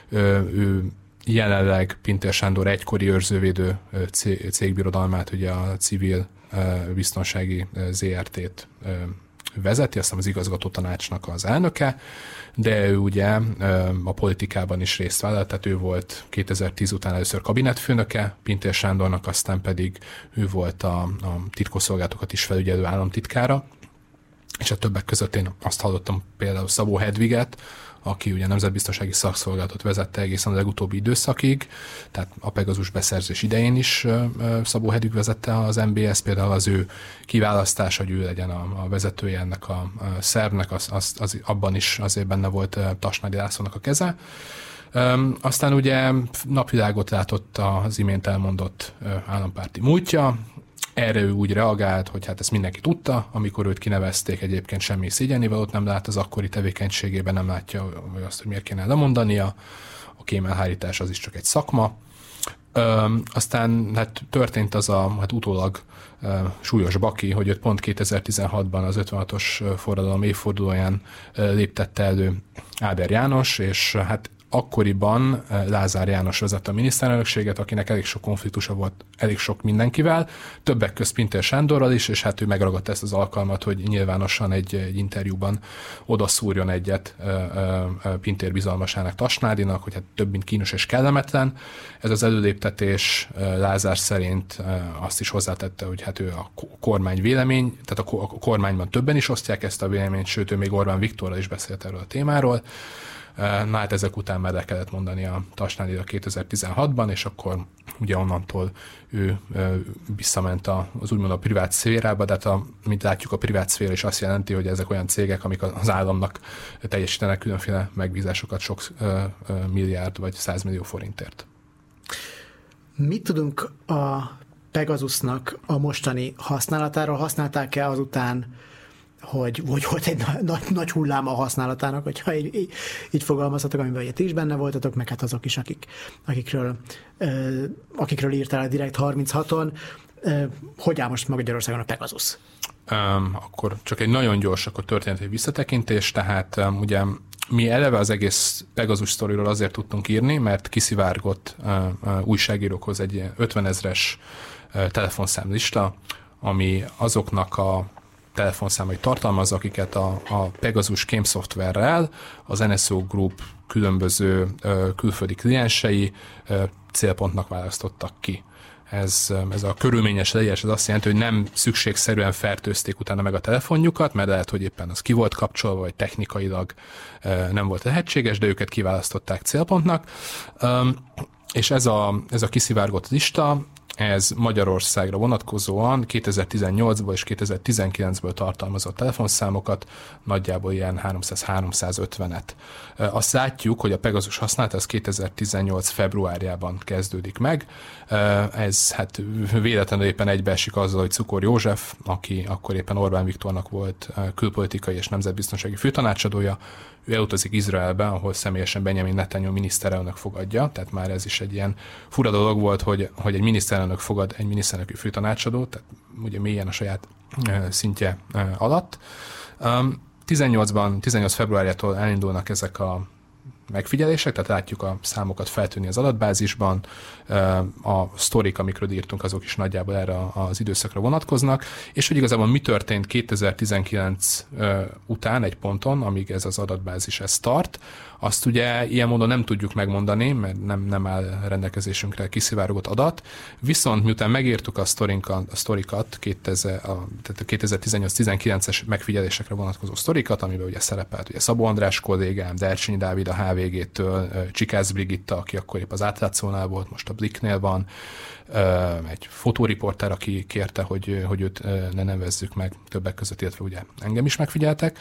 Ő jelenleg Pintér Sándor egykori őrzővédő cégbirodalmát, ugye a Civil Biztonsági zé er té-t vezeti, aztán az igazgató tanácsnak az elnöke, de ő ugye a politikában is részt vállalt, tehát ő volt kétezer-tíz után először kabinetfőnöke Pintér Sándornak, aztán pedig ő volt a, a titkosszolgálatokat is felügyelő államtitkára, és a többek között én azt hallottam például Szabó Hedviget, aki ugye nemzetbiztonsági szakszolgálatot vezette egészen a legutóbbi időszakig, tehát a Pegasus beszerzés idején is Szabó Hedvig vezette az em bé es, például az ő kiválasztása, hogy ő legyen a, a vezetője ennek a, a szervnek, az, az, az, abban is azért benne volt Tasnádi Lászlónak a keze. Üm, aztán ugye napvilágot látott az imént elmondott állampárti múltja. Erre ő úgy reagált, hogy hát ezt mindenki tudta, amikor őt kinevezték, egyébként semmi szégyennivalót nem lát az akkori tevékenységében, nem látja azt, hogy miért kéne lemondania, a kémelhárítás az is csak egy szakma. Üm, aztán hát történt az a hát utólag uh, súlyos baki, hogy őt pont kétezer-tizenhatban az ötvenhatos forradalom évfordulóján uh, léptette elő Áder János, és hát akkoriban Lázár János vezette a miniszterelnökséget, akinek elég sok konfliktusa volt, elég sok mindenkivel, többek közt Pintér Sándorral is, és hát ő megragadta ezt az alkalmat, hogy nyilvánosan egy, egy interjúban odaszúrjon egyet Pintér bizalmasának, Tasnádinak, hogy hát több mint kínos és kellemetlen. Ez az előléptetés Lázár szerint azt is hozzátette, hogy hát ő a kormány vélemény, tehát a kormányban többen is osztják ezt a véleményt, sőt, ő még Orbán Viktorral is beszélt erről a témáról. Na hát ezek után már le kellett mondani a Tasnádira kétezer-tizenhatban, és akkor ugye onnantól ő visszament az úgymond a privát szférába, de hát a, mint látjuk, a privát szféra is azt jelenti, hogy ezek olyan cégek, amik az államnak teljesítenek különféle megbízásokat sok milliárd vagy százmillió forintért. Mit tudunk a Pegasusnak a mostani használatáról? Használták-e azután, hogy, hogy volt egy nagy, nagy hullám a használatának, hogyha így, így, így fogalmazhatok, amiben ugye ti is benne voltatok, meg hát azok is, akik, akikről, uh, akikről írtál a Direkt harminchaton. Uh, hogy áll most Magyarországon a Pegasus? Um, akkor csak egy nagyon gyors, akkor történt egy visszatekintés, tehát um, ugye mi eleve az egész Pegasus sztoriról azért tudtunk írni, mert kiszivárgott uh, uh, újságírókhoz egy ötvenezres uh, telefonszámlista, ami azoknak a telefonszámai tartalmaz, akiket a, a Pegasus kémszoftverrel az en es o Group különböző ö, külföldi kliensei ö, célpontnak választottak ki. Ez, ez a körülményes leírás, ez azt jelenti, hogy nem szükségszerűen fertőzték utána meg a telefonjukat, mert lehet, hogy éppen az ki volt kapcsolva, vagy technikailag ö, nem volt lehetséges, de őket kiválasztották célpontnak. Ö, és ez a, ez a kiszivárgott lista, ez Magyarországra vonatkozóan kétezer-tizennyolcból és kétezer-tizenkilencből tartalmazott telefonszámokat, nagyjából ilyen háromszáz-háromszázötvenet. Azt látjuk, hogy a Pegasus használata az kétezer-tizennyolc februárjában kezdődik meg. Ez hát véletlenül éppen egybeesik azzal, hogy Cukor József, aki akkor éppen Orbán Viktornak volt külpolitikai és nemzetbiztonsági főtanácsadója, ő elutazik Izraelbe, ahol személyesen Benjamin Netanyahu miniszterelnök fogadja, tehát már ez is egy ilyen fura dolog volt, hogy, hogy egy miniszterelnök fogad egy miniszterelnöki főtanácsadót, tehát ugye mélyen a saját szintje alatt. tizennyolcban, tizennyolc februárjától elindulnak ezek a megfigyelések, tehát látjuk a számokat feltűnni az adatbázisban, a sztorik, amikről írtunk, azok is nagyjából erre az időszakra vonatkoznak, és hogy igazából mi történt kétezer-tizenkilenc után egy ponton, amíg ez az adatbázis ez tart, azt ugye ilyen módon nem tudjuk megmondani, mert nem, nem áll rendelkezésünkre kiszivárgott adat, viszont miután megírtuk a sztorikat, a sztorikat kétezer, a, tehát a kétezer-tizennyolc-tizenkilences megfigyelésekre vonatkozó sztorikat, amiben ugye szerepelt ugye Szabó András kollégám, Dercsényi Dávid a há vé gé-től, Csikász Brigitta, aki akkor épp az átlátszónál volt, most a Blicknél van, egy fotóriporter, aki kérte, hogy, hogy őt ne nevezzük meg többek között, illetve ugye engem is megfigyeltek.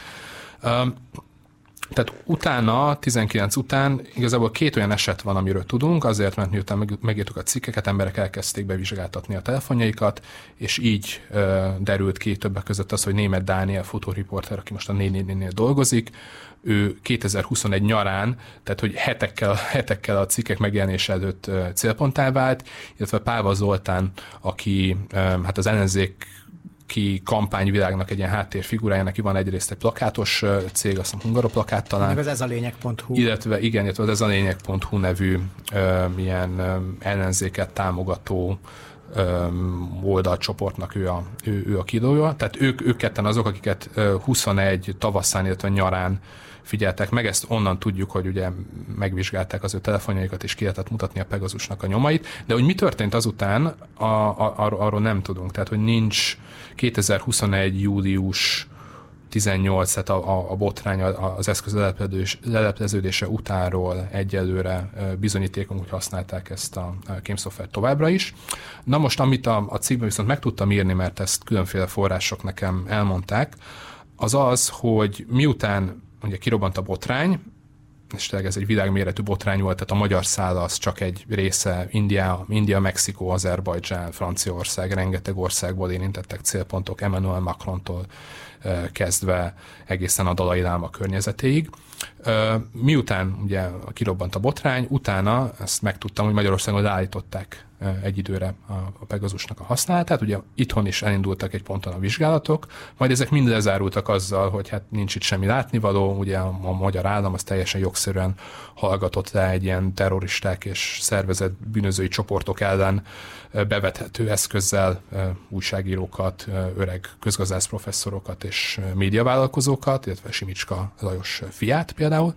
Tehát utána, tizenkilenc után igazából két olyan eset van, amiről tudunk, azért, mert miután megírtuk a cikkeket, emberek elkezdték bevizsgáltatni a telefonjaikat, és így ö, derült ki többek között az, hogy Németh Dániel fotóriporter, aki most a négy négy négy-nél dolgozik, ő kétezer-huszonegy nyarán, tehát hogy hetekkel, hetekkel a cikkek megjelenése előtt ö, célponttá vált, illetve Páva Zoltán, aki ö, hát az ellenzék ki kampányvilágnak egy ilyen háttérfigurája, neki van egyrészt egy plakátos cég, azt hiszem Hungaroplakát talán. Meg az ez a lényeg pont hu. Illetve, igen, illetve az ez a lényeg pont hu nevű ö, ilyen ö, ellenzéket támogató ö, oldalcsoportnak ő a, ő, ő a kilója. Tehát ők, ők ketten azok, akiket ö, huszonegy tavaszán, illetve nyarán figyeltek meg, ezt onnan tudjuk, hogy ugye megvizsgálták az ő telefonjaikat, és ki lehetett mutatni a Pegasusnak a nyomait, de hogy mi történt azután, a, a, arról, arról nem tudunk. Tehát, hogy nincs kétezer-huszonegy július tizennyolc, tehát a, a, a botrány, az eszköz lelepleződése utánról egyelőre bizonyítékunk, hogy használták ezt a kémszoftvert továbbra is. Na most, amit a, a cikkben viszont meg tudtam írni, mert ezt különféle források nekem elmondták, az az, hogy miután ugye kirobbant a botrány, és tényleg ez egy világméretű botrány volt, tehát a magyar szála az csak egy része, India, India, Mexikó, Azerbajdzsán, Franciaország, rengeteg országból érintettek célpontok, Emmanuel Macrontól kezdve egészen a Dalai Láma környezetéig. Miután ugye kirobbant a botrány, utána ezt megtudtam, hogy Magyarországon leállították egy időre a Pegasusnak a használatát. Ugye itthon is elindultak egy ponton a vizsgálatok, majd ezek mind lezárultak azzal, hogy hát nincs itt semmi látnivaló, ugye a, a magyar állam az teljesen jogszerűen hallgatott le egy ilyen terroristák és szervezett bűnözői csoportok ellen bevethető eszközzel újságírókat, öreg közgazdász professzorokat és médiavállalkozókat, illetve Simicska Lajos fiát például.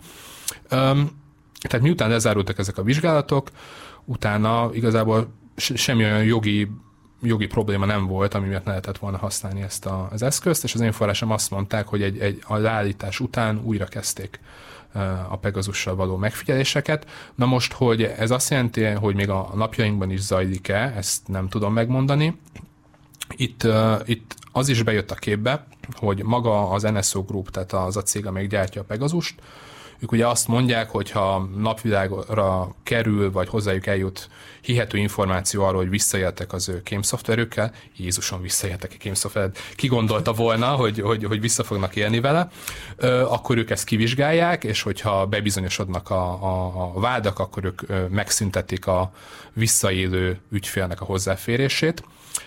Tehát miután lezárultak ezek a vizsgálatok, utána igazából semmi olyan jogi, jogi probléma nem volt, ami miatt ne lehetett volna használni ezt a, az eszközt, és az én forrásom azt mondták, hogy egy, egy, a leállítás után újra kezdték a Pegasussal való megfigyeléseket. Na most, hogy ez azt jelenti, hogy még a napjainkban is zajlik-e, ezt nem tudom megmondani. Itt, uh, itt az is bejött a képbe, hogy maga az en es o Group, tehát az a cég, amelyik gyártja a Pegazust, ők ugye azt mondják, hogy ha napvilágra kerül, vagy hozzájuk eljut hihető információ arról, hogy visszaéltek az ő kémszoftverükkel, Jézuson visszaéltek a kémszoftveret, ki gondolta volna, hogy, hogy, hogy vissza fognak élni vele, akkor ők ezt kivizsgálják, és hogyha bebizonyosodnak a, a, a vádak, akkor ők megszüntetik a visszaélő ügyfélnek a hozzáférését.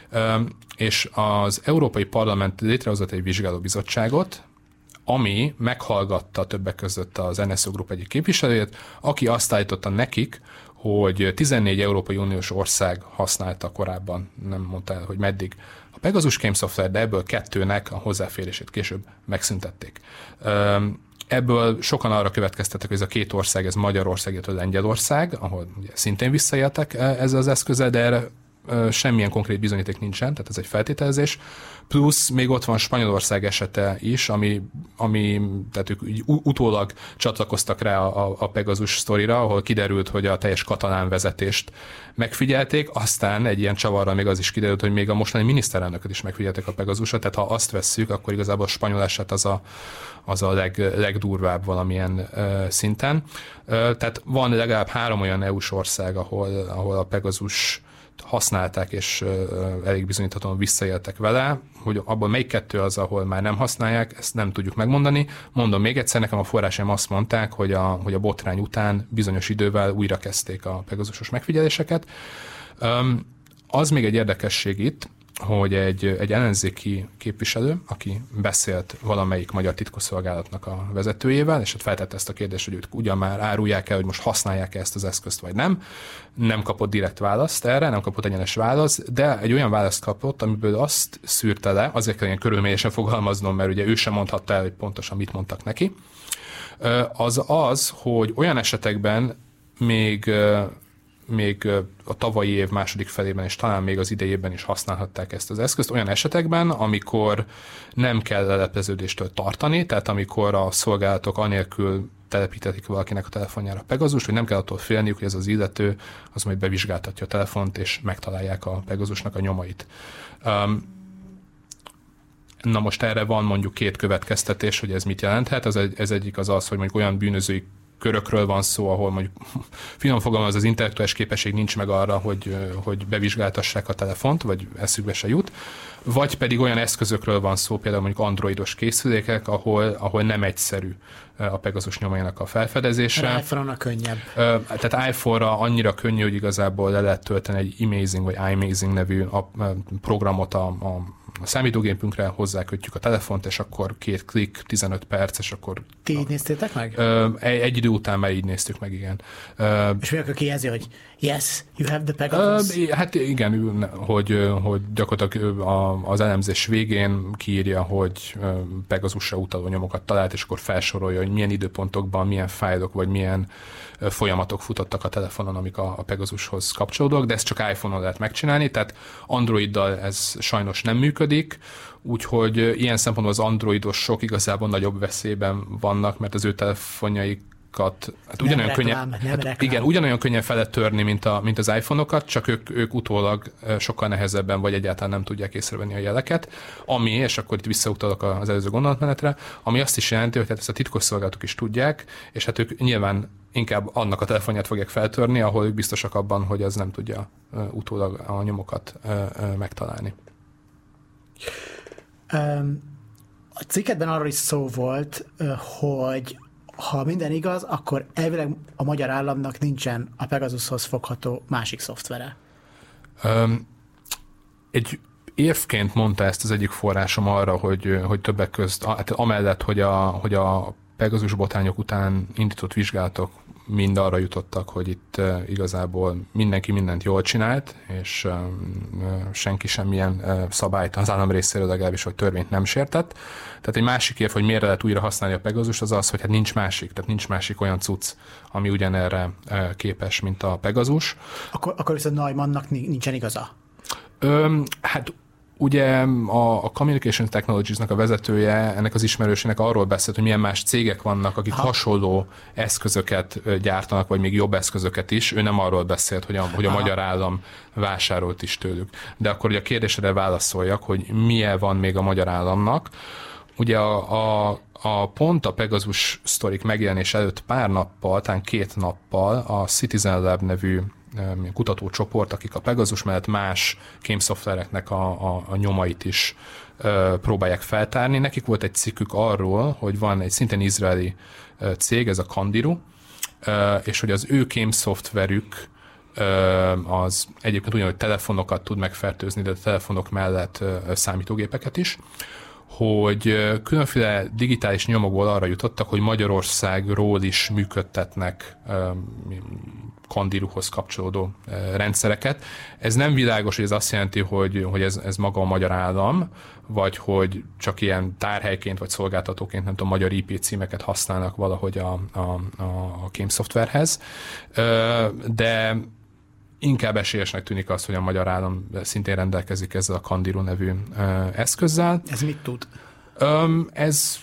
És az Európai Parlament létrehozott egy vizsgálóbizottságot, ami meghallgatta többek között az en es o Group egyik képviselőjét, aki azt állította nekik, hogy tizennégy Európai Uniós ország használta korábban, nem mondta el, hogy meddig, a Pegasus kémszoftver, de ebből kettőnek a hozzáférését később megszüntették. Ebből sokan arra következtettek, hogy ez a két ország, ez Magyarország, illetve Lengyelország, ahol ugye szintén visszaéltek ezzel az eszközzel, de erre semmilyen konkrét bizonyíték nincsen, tehát ez egy feltételezés. Plusz még ott van Spanyolország esete is, ami, ami tehát ők utólag csatlakoztak rá a, a Pegasus sztorira, ahol kiderült, hogy a teljes katalán vezetést megfigyelték, aztán egy ilyen csavarral még az is kiderült, hogy még a mostani miniszterelnököt is megfigyelték a Pegasusra, tehát ha azt vesszük, akkor igazából a spanyol eset az a, az a leg, legdurvább valamilyen uh, szinten. Uh, tehát van legalább három olyan é u-s ország, ahol, ahol a Pegasus használták, és uh, elég bizonyíthatóan visszaéltek vele, hogy abban melyik kettő az, ahol már nem használják, ezt nem tudjuk megmondani. Mondom még egyszer, nekem a forrásaim azt mondták, hogy a, hogy a botrány után bizonyos idővel újra kezdték a Pegasusos megfigyeléseket. Um, az még egy érdekesség itt, hogy egy, egy ellenzéki képviselő, aki beszélt valamelyik magyar titkosszolgálatnak a vezetőjével, és hát feltette ezt a kérdést, hogy ők ugyan már árulják el, hogy most használják-e ezt az eszközt, vagy nem. Nem kapott direkt választ erre, nem kapott egyenes választ, de egy olyan választ kapott, amiből azt szűrte le, azért kell ilyen körülményesen fogalmaznom, mert ugye ő sem mondhatta el, hogy pontosan mit mondtak neki, az az, hogy olyan esetekben még még a tavalyi év második felében, és talán még az idejében is használhatták ezt az eszközt, olyan esetekben, amikor nem kell lelepleződéstől tartani, tehát amikor a szolgálatok anélkül telepítetik valakinek a telefonjára Pegasus, hogy nem kell attól félniük, hogy ez az illető az majd bevizsgáltatja a telefont, és megtalálják a Pegasusnak a nyomait. Um, na most erre van mondjuk két következtetés, hogy ez mit jelenthet. Ez, egy, ez egyik az az, hogy mondjuk olyan bűnözői körökről van szó, ahol mondjuk finom fogalmaz az intellektuális képesség nincs meg arra, hogy, hogy bevizsgáltassák a telefont, vagy eszükbe se jut, vagy pedig olyan eszközökről van szó, például mondjuk androidos készülékek, ahol, ahol nem egyszerű a Pegasus nyomainak a felfedezése. iPhone-ra könnyebb. Tehát iPhone-ra annyira könnyű, hogy igazából le lehet tölteni egy Imazing vagy iMazing nevű programot a, a a számítógépünkre, hozzákötjük a telefont, és akkor két klik, tizenöt perc, és akkor... Ti így néztétek meg? Egy, egy idő után már így néztük meg, igen. És mi akkor kijelzi, hogy yes, you have the Pegasus? Hát igen, hogy, hogy gyakorlatilag az elemzés végén kiírja, hogy Pegasusra utaló nyomokat talált, és akkor felsorolja, hogy milyen időpontokban, milyen fájlok, vagy milyen folyamatok futottak a telefonon, amik a, a Pegasushoz kapcsolódók, de ezt csak iPhone-on lehet megcsinálni, tehát Androiddal ez sajnos nem működik, úgyhogy ilyen szempontból az androidosok igazából nagyobb veszélyben vannak, mert az ő telefonjaik Hát ugyanolyan reklám, könnyen, hát igen, ugyanolyan könnyen fel lehet törni, mint, a, mint az iPhone-okat, csak ők, ők utólag sokkal nehezebben, vagy egyáltalán nem tudják észrevenni a jeleket, ami, és akkor itt visszautalok az előző gondolatmenetre, ami azt is jelenti, hogy hát ezt a titkosszolgálatok is tudják, és hát ők nyilván inkább annak a telefonját fogják feltörni, ahol ők biztosak abban, hogy az nem tudja utólag a nyomokat megtalálni. A cikketben arról is szó volt, hogy ha minden igaz, akkor elvileg a magyar államnak nincsen a Pegasushoz fogható másik szoftvere. Um, egy érvként mondta ezt az egyik forrásom arra, hogy, hogy többek közt, hát amellett, hogy a, hogy a Pegasus botrányok után indított vizsgálatok mind arra jutottak, hogy itt uh, igazából mindenki mindent jól csinált, és uh, senki semmilyen uh, szabályt az állam részéről legalábbis, hogy törvényt nem sértett. Tehát egy másik érv, hogy miért lehet újra használni a Pegasus, az az, hogy hát nincs másik, tehát nincs másik olyan cucc, ami ugyanerre uh, képes, mint a Pegasus. Akkor, akkor viszont Neumannnak nincsen igaza? Um, hát ugye a, a Communication Technologies-nak a vezetője, ennek az ismerősének arról beszélt, hogy milyen más cégek vannak, akik ha. hasonló eszközöket gyártanak, vagy még jobb eszközöket is. Ő nem arról beszélt, hogy a, hogy a magyar állam vásárolt is tőlük. De akkor ugye a kérdésre válaszoljak, hogy milyen van még a magyar államnak. Ugye a, a, a pont a Pegasus sztorik megjelenés előtt pár nappal, talán két nappal a Citizen Lab nevű kutatócsoport, akik a Pegasus mellett más kémszoftvereknek a, a, a nyomait is ö, próbálják feltárni. Nekik volt egy cikkük arról, hogy van egy szintén izraeli ö, cég, ez a Candiru, ö, és hogy az ő kémszoftverük ö, az egyébként ugyanúgy telefonokat tud megfertőzni, de a telefonok mellett ö, számítógépeket is, hogy különféle digitális nyomokból arra jutottak, hogy Magyarországról is működtetnek Candiruhoz kapcsolódó rendszereket. Ez nem világos, hogy ez azt jelenti, hogy, hogy ez, ez maga a magyar állam, vagy hogy csak ilyen tárhelyként vagy szolgáltatóként, nem tudom, magyar I P címeket használnak valahogy a, a, a kémszoftverhez. De inkább esélyesnek tűnik az, hogy a magyar állam szintén rendelkezik ezzel a Kandiru nevű eszközzel. Ez mit tud? Ez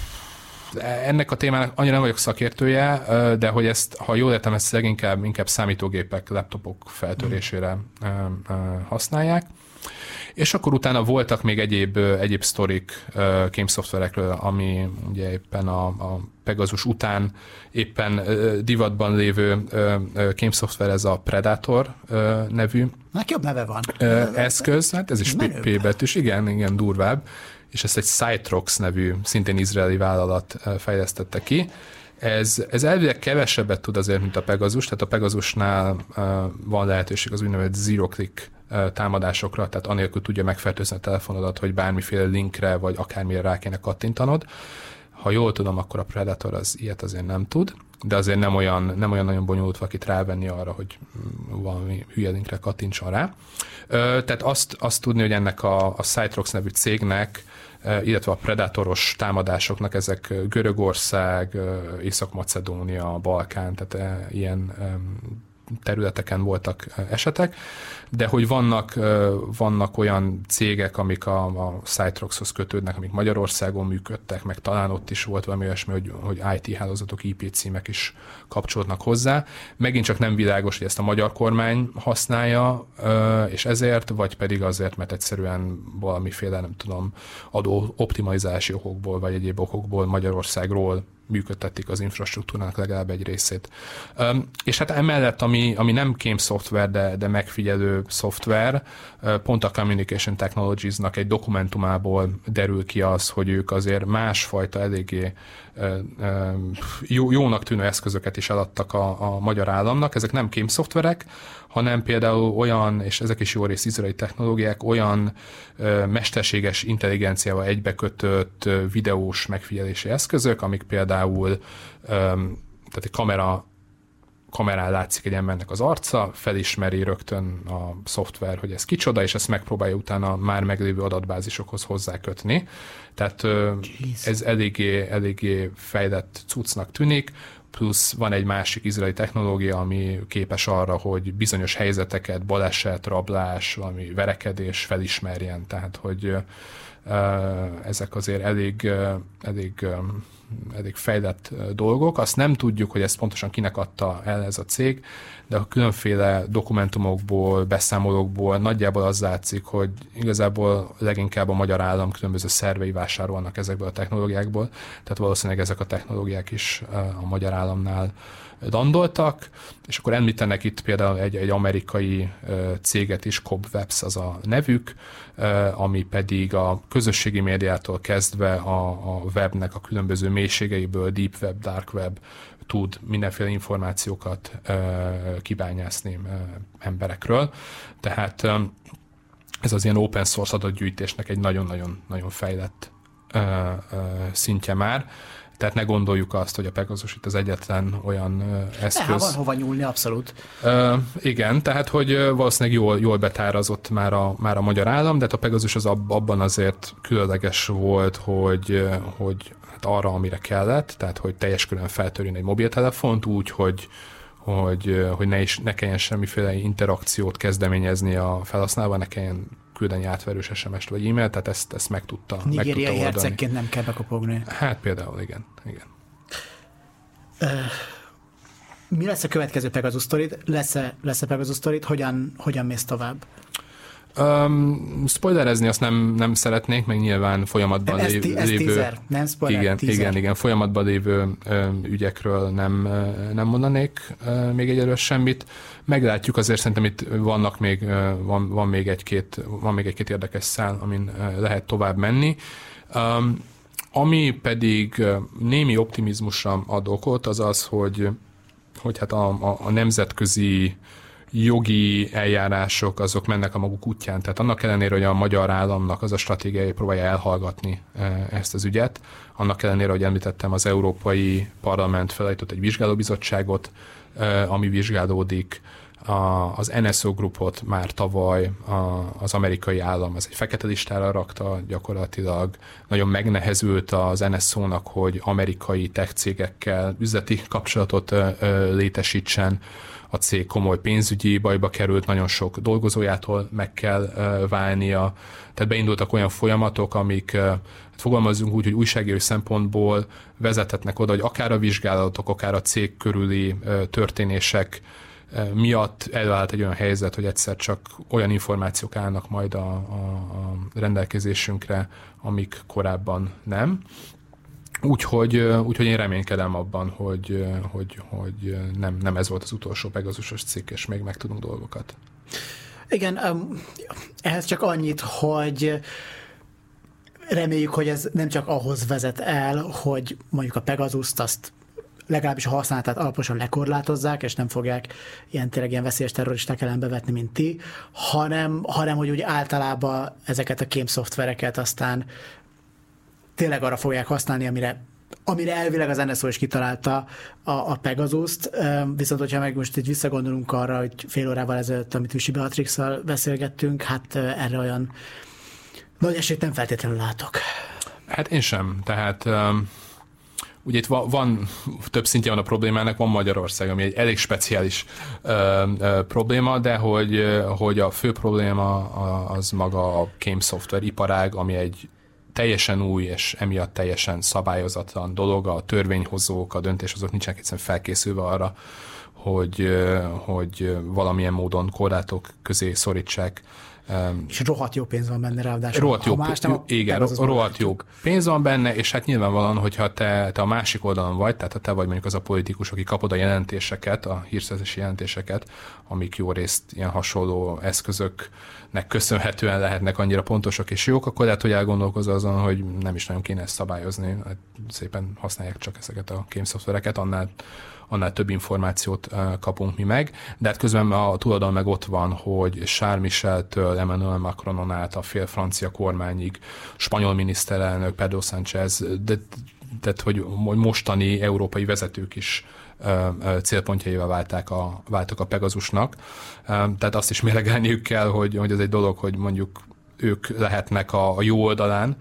ennek a témának annyira nem vagyok szakértője, de hogy ezt, ha jól értem, ezt leginkább inkább számítógépek, laptopok feltörésére használják. És akkor utána voltak még egyéb, egyéb sztorik kémszoftverekről, ami ugye éppen a, a Pegasus után éppen divatban lévő kémszoftver, ez a Predator nevű. Na, jobb neve van. Eszköz, hát ez is P betűs, igen, igen, durvább. És ezt egy Cytrox nevű, szintén izraeli vállalat fejlesztette ki. Ez, ez elvileg kevesebbet tud azért, mint a Pegasus, tehát a Pegasusnál uh, van lehetőség az úgynevezett zero-click uh, támadásokra, tehát anélkül tudja megfertőzni a telefonodat, hogy bármiféle linkre, vagy akármire rá kéne kattintanod. Ha jól tudom, akkor a Predator az ilyet azért nem tud, de azért nem olyan, nem olyan nagyon bonyolult valakit rávenni arra, hogy valami hülye linkre kattintson rá. Uh, tehát azt, azt tudni, hogy ennek a, a Cytrox nevű cégnek, illetve a predatoros támadásoknak ezek Görögország, Észak-Macedónia, Balkán, tehát ilyen területeken voltak esetek, de hogy vannak, vannak olyan cégek, amik a, a Cytroxhoz kötődnek, amik Magyarországon működtek, meg talán ott is volt valami olyasmi, hogy, hogy i té hálózatok, i pé címek is kapcsolódnak hozzá. Megint csak nem világos, hogy ezt a magyar kormány használja, és ezért, vagy pedig azért, mert egyszerűen valamiféle, nem tudom, adó optimalizálási okokból, vagy egyéb okokból Magyarországról működtetik az infrastruktúrának legalább egy részét. Um, és hát emellett, ami, ami nem kém szoftver, de, de megfigyelő szoftver, pont a Communication Technologies-nak egy dokumentumából derül ki az, hogy ők azért másfajta eléggé jó, jónak tűnő eszközöket is eladtak a, a magyar államnak. Ezek nem kém szoftverek, hanem például olyan, és ezek is jó rész izraeli technológiák, olyan ö, mesterséges intelligenciával egybekötött ö, videós megfigyelési eszközök, amik például ö, tehát egy kamera, kamerán látszik egy embernek az arca, felismeri rögtön a szoftver, hogy ez kicsoda, és ezt megpróbálja utána már meglévő adatbázisokhoz hozzákötni. Tehát ö, ez eléggé, eléggé fejlett cuccnak tűnik, plusz van egy másik izraeli technológia, ami képes arra, hogy bizonyos helyzeteket, baleset, rablás, valami verekedés felismerjen. Tehát, hogy uh, ezek azért elég, uh, elég, um, elég fejlett dolgok. Azt nem tudjuk, hogy ezt pontosan kinek adta el ez a cég, de a különféle dokumentumokból, beszámolókból nagyjából az látszik, hogy igazából leginkább a magyar állam különböző szervei vásárolnak ezekből a technológiákból, tehát valószínűleg ezek a technológiák is a magyar államnál landoltak, és akkor említenek itt például egy, egy amerikai céget is, Cobwebs az a nevük, ami pedig a közösségi médiától kezdve a, a webnek a különböző mélységeiből, deep web, dark web tud mindenféle információkat kibányászni emberekről. Tehát ez az ilyen open source adatgyűjtésnek egy nagyon-nagyon nagyon fejlett szintje már. Tehát ne gondoljuk azt, hogy a Pegasus itt az egyetlen olyan eszköz. Ne, van hova nyúlni, abszolút. Uh, igen, tehát hogy valószínűleg jól, jól betárazott már a, már a magyar állam, de hát a Pegasus az ab, abban azért különleges volt, hogy, hogy hát arra, amire kellett, tehát hogy teljes körülön feltörjön egy mobiltelefont úgy, hogy hogy, hogy ne, is, ne kelljen semmiféle interakciót kezdeményezni a felhasználóval, ne kelljen küldeni átverős es em est vagy e-mailt, tehát ezt, ezt meg tudta, meg tudta Nigériai oldani. hercegként nem kell bekopogni. Hát például, igen. igen. Uh, mi lesz a következő Pegasus sztorid? Lesz-e, lesz-e Pegasus sztorid? Hogyan, hogyan mész tovább? Um, spoilerezni azt nem, nem szeretnék, meg nyilván folyamatban ez, lévő... Ez teaser, nem spoiler, igen, teaser. igen, igen, folyamatban lévő ö, ügyekről nem, ö, nem mondanék ö, még egyelőre semmit. Meglátjuk, azért szerintem itt vannak még, ö, van, van, még egy-két, van még egy-két érdekes szál, amin ö, lehet tovább menni. Um, ami pedig ö, némi optimizmusra ad okot, az az, hogy, hogy hát a, a, a nemzetközi jogi eljárások azok mennek a maguk útján. Tehát annak ellenére, hogy a magyar államnak az a stratégiai próbálja elhallgatni ezt az ügyet, annak ellenére, hogy említettem, az Európai Parlament felállított egy vizsgálóbizottságot, ami vizsgálódik, az en es o Groupot már tavaly az amerikai állam az egy fekete listára rakta gyakorlatilag. Nagyon megnehezült az en es o-nak, hogy amerikai tech cégekkel üzleti kapcsolatot létesítsen. a cég komoly pénzügyi bajba került, nagyon sok dolgozójától meg kell válnia. Tehát beindultak olyan folyamatok, amik, fogalmazzunk úgy, hogy újságíró szempontból vezethetnek oda, hogy akár a vizsgálatok, akár a cég körüli történések miatt elvált egy olyan helyzet, hogy egyszer csak olyan információk állnak majd a, a, a rendelkezésünkre, amik korábban nem. Úgyhogy, úgyhogy én reménykedem abban, hogy, hogy, hogy nem, nem ez volt az utolsó Pegasusos cikk, és még megtudunk dolgokat. Igen, ehhez csak annyit, hogy reméljük, hogy ez nem csak ahhoz vezet el, hogy mondjuk a Pegasuszt azt legalábbis a használatát alaposan lekorlátozzák, és nem fogják ilyen tényleg ilyen veszélyes terroristák ellen bevetni, mint ti, hanem, hanem hogy úgy általában ezeket a kémszoftvereket aztán tényleg arra fogják használni, amire, amire elvileg az en es o is kitalálta a, a Pegasust. Viszont, hogyha meg most így visszagondolunk arra, hogy fél órával ezelőtt, amit Visi Beatrixszal beszélgettünk, hát erre olyan nagy esélyt nem feltétlenül látok. Hát én sem. Tehát um, ugye itt van, van több szintje van a problémának, van Magyarország, ami egy elég speciális uh, uh, probléma, de hogy, uh, hogy a fő probléma az maga a kémszoftver iparág, ami egy teljesen új és emiatt teljesen szabályozatlan dolog, a törvényhozók, a döntéshozók nincsenek egyszerűen felkészülve arra, hogy, hogy valamilyen módon korlátok közé szorítsák. És rohadt jó pénz van benne ráadásul. Rohadt jó, más, nem, igen, rohadt jó pénz van benne, és hát nyilvánvalóan, hogyha te, te a másik oldalon vagy, tehát ha te vagy mondjuk az a politikus, aki kapod a jelentéseket, a hírszerzési jelentéseket, amik jó részt ilyen hasonló eszközöknek köszönhetően lehetnek annyira pontosak és jók, akkor lehet, hogy elgondolkozol azon, hogy nem is nagyon kéne ezt szabályozni, hát szépen használják csak ezeket a kémszoftvereket, annál annál több információt kapunk mi meg, de hát közben a tulajdon meg ott van, hogy Charles Micheltől Emmanuel Macronon át a fél francia kormányig, spanyol miniszterelnök Pedro Sánchez, de, de hogy mostani európai vezetők is célpontjaival válták a, váltak a Pegasusnak. Tehát azt is mérlegelniük kell, hogy, hogy ez egy dolog, hogy mondjuk ők lehetnek a, a jó oldalán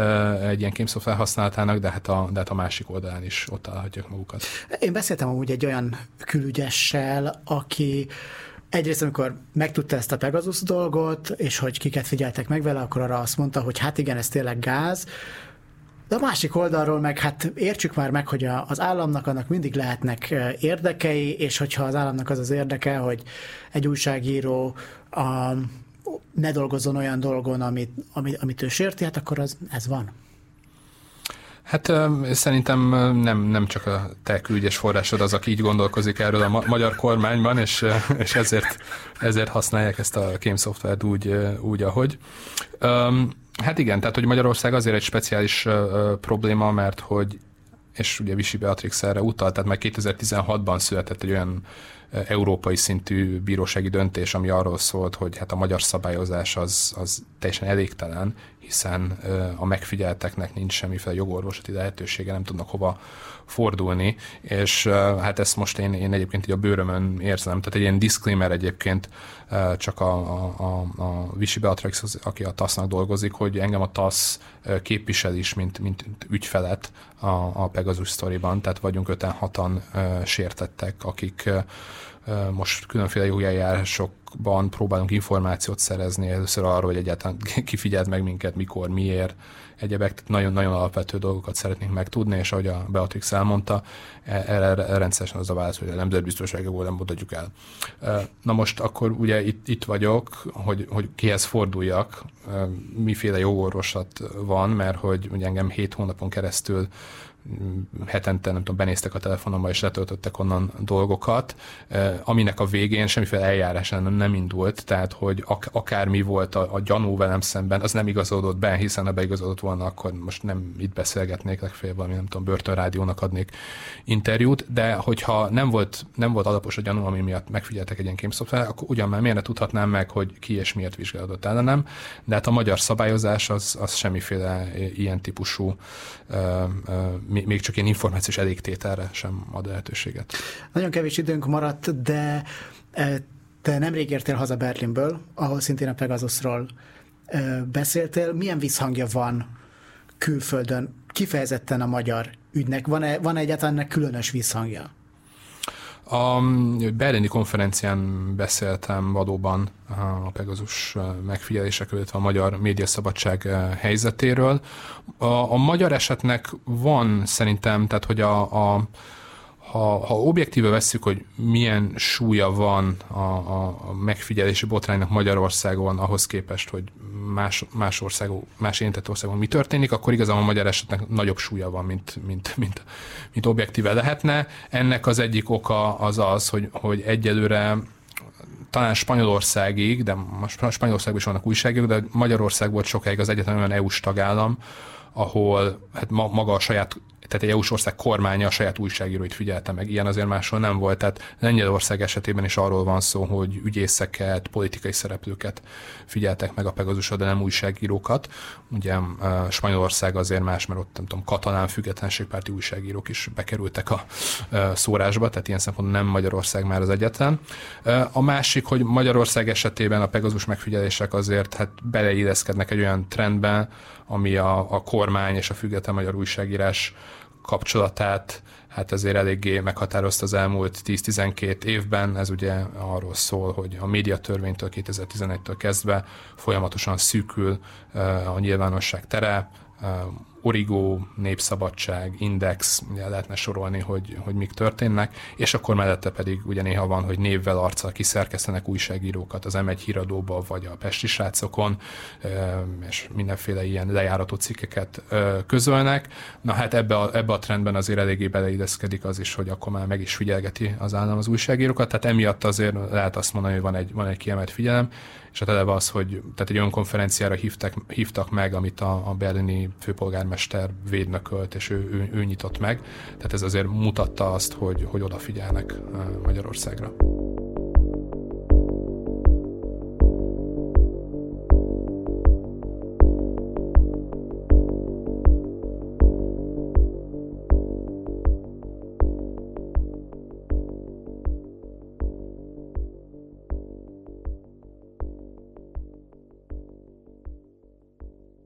egy ilyen kémszoftver használatának, de hát, a, de hát a másik oldalán is ott találhatják magukat. Én beszéltem amúgy egy olyan külügyessel, aki egyrészt, amikor megtudta ezt a Pegasus dolgot, és hogy kiket figyeltek meg vele, akkor arra azt mondta, hogy hát igen, ez tényleg gáz, de a másik oldalról meg hát értsük már meg, hogy a, az államnak annak mindig lehetnek érdekei, és hogyha az államnak az az érdeke, hogy egy újságíró a ne dolgozzon olyan dolgon, amit, amit, amit ő sérti, hát akkor az, ez van. Hát szerintem nem, nem csak a te külügyes forrásod az, aki így gondolkozik erről a ma- magyar kormányban, és, és ezért, ezért használják ezt a kémszoftvert úgy, úgy, ahogy. Hát igen, tehát hogy Magyarország azért egy speciális probléma, mert hogy, és ugye Visi Beatrix erre utalt, tehát már kétezer-tizenhatban született egy olyan európai szintű bírósági döntés, ami arról szólt, hogy hát a magyar szabályozás az, az teljesen elégtelen, hiszen a megfigyelteknek nincs semmiféle jogorvoslati lehetősége, nem tudnak hova fordulni, és hát ezt most én, én egyébként így a bőrömön érzem, tehát egy ilyen disclaimer egyébként csak a, a, a Visi Beatrix, aki a TASZ-nak dolgozik, hogy engem a TASZ képvisel is, mint, mint ügyfelet a, a Pegasus sztoriban, tehát vagyunk öten hatan sértettek, akik most különféle jogi eljárásokban próbálunk információt szerezni először arról, hogy egyáltalán ki figyelt meg minket, mikor, miért, egyebek, nagyon-nagyon alapvető dolgokat szeretnénk megtudni, és ahogy a Beatrix elmondta, erre rendszeresen az a válasz, hogy a nemzetbiztonságból nem mutatjuk el. Na most akkor ugye itt, itt vagyok, hogy, hogy kihez forduljak, miféle jogorvoslat van, mert hogy ugye engem hét hónapon keresztül hetente, nem tudom, benéztek a telefonomba, és letöltöttek onnan dolgokat, aminek a végén semmiféle eljárás nem, nem indult, tehát, hogy ak- akármi volt a, a gyanú velem szemben, az nem igazolódott be, hiszen ha beigazolódott volna, akkor most nem itt beszélgetnék, legfeljebb valami, nem tudom, börtönrádiónak adnék interjút, de hogyha nem volt, nem volt alapos a gyanú, ami miatt megfigyeltek egy ilyen kémszoftver, akkor ugyan már miért ne tudhatnám meg, hogy ki és miért vizsgálódott ellenem, de hát a magyar szabályozás az, az semmiféle ilyen típusú még csak ilyen információs elégtételre sem ad lehetőséget. Nagyon kevés időnk maradt, de te nemrég értél haza Berlinből, ahol szintén a Pegasusról beszéltél. Milyen visszhangja van külföldön, kifejezetten a magyar ügynek? Van-e, van-e egyáltalán ennek különös visszhangja? A berlini konferencián beszéltem valóban a Pegazus megfigyelésekről, illetve a magyar médiaszabadság helyzetéről. A, a magyar esetnek van szerintem, tehát hogy a, a Ha, ha objektíve vesszük, hogy milyen súlya van a, a, a megfigyelési botránynak Magyarországon ahhoz képest, hogy más, más országok, más érintett országban mi történik, akkor igazából a magyar esetnek nagyobb súlya van, mint, mint, mint, mint objektíve lehetne. Ennek az egyik oka az az, hogy, hogy egyelőre talán Spanyolországig, de most Spanyolországban is vannak újságírók, de Magyarország volt sokáig az egyetlen olyan é u-s tagállam, ahol hát maga a saját, tehát egy é u-s ország kormánya a saját újságíróit figyelte meg. Ilyen azért máshol nem volt. Tehát Lengyelország esetében is arról van szó, hogy ügyészeket, politikai szereplőket figyeltek meg a Pegazuson, de nem újságírókat. Ugye Spanyolország azért más, mert ott nem tudom, katalán függetlenségpárti újságírók is bekerültek a szórásba, tehát ilyen szempontból nem Magyarország már az egyetlen. A másik, hogy Magyarország esetében a Pegazus megfigyelések azért hát beleilleszkednek egy olyan trendben, ami a, a kormány és a független magyar újságírás kapcsolatát hát azért eléggé meghatározta az elmúlt tíz-tizenkét évben. Ez ugye arról szól, hogy a médiatörvénytől kétezer-tizenegytől kezdve folyamatosan szűkül a nyilvánosság tere, Origo, Népszabadság, Index, ugye lehetne sorolni, hogy, hogy mik történnek, és akkor mellette pedig ugye néha van, hogy névvel, arccal kiszerkesztenek újságírókat az em egy híradóba, vagy a Pesti Srácokon, és mindenféle ilyen lejárató cikkeket közölnek. Na hát ebbe a, ebbe a trendben azért eléggé beleilleszkedik az is, hogy akkor már meg is figyelgeti az állam az újságírókat, tehát emiatt azért lehet azt mondani, hogy van egy, van egy kiemelt figyelem, és hát eleve az, hogy tehát egy olyan konferenciára hívtak, hívtak meg, amit a, a berlini főpolgármester védnökölt, és ő, ő, ő nyitott meg. Tehát ez azért mutatta azt, hogy, hogy odafigyelnek Magyarországra.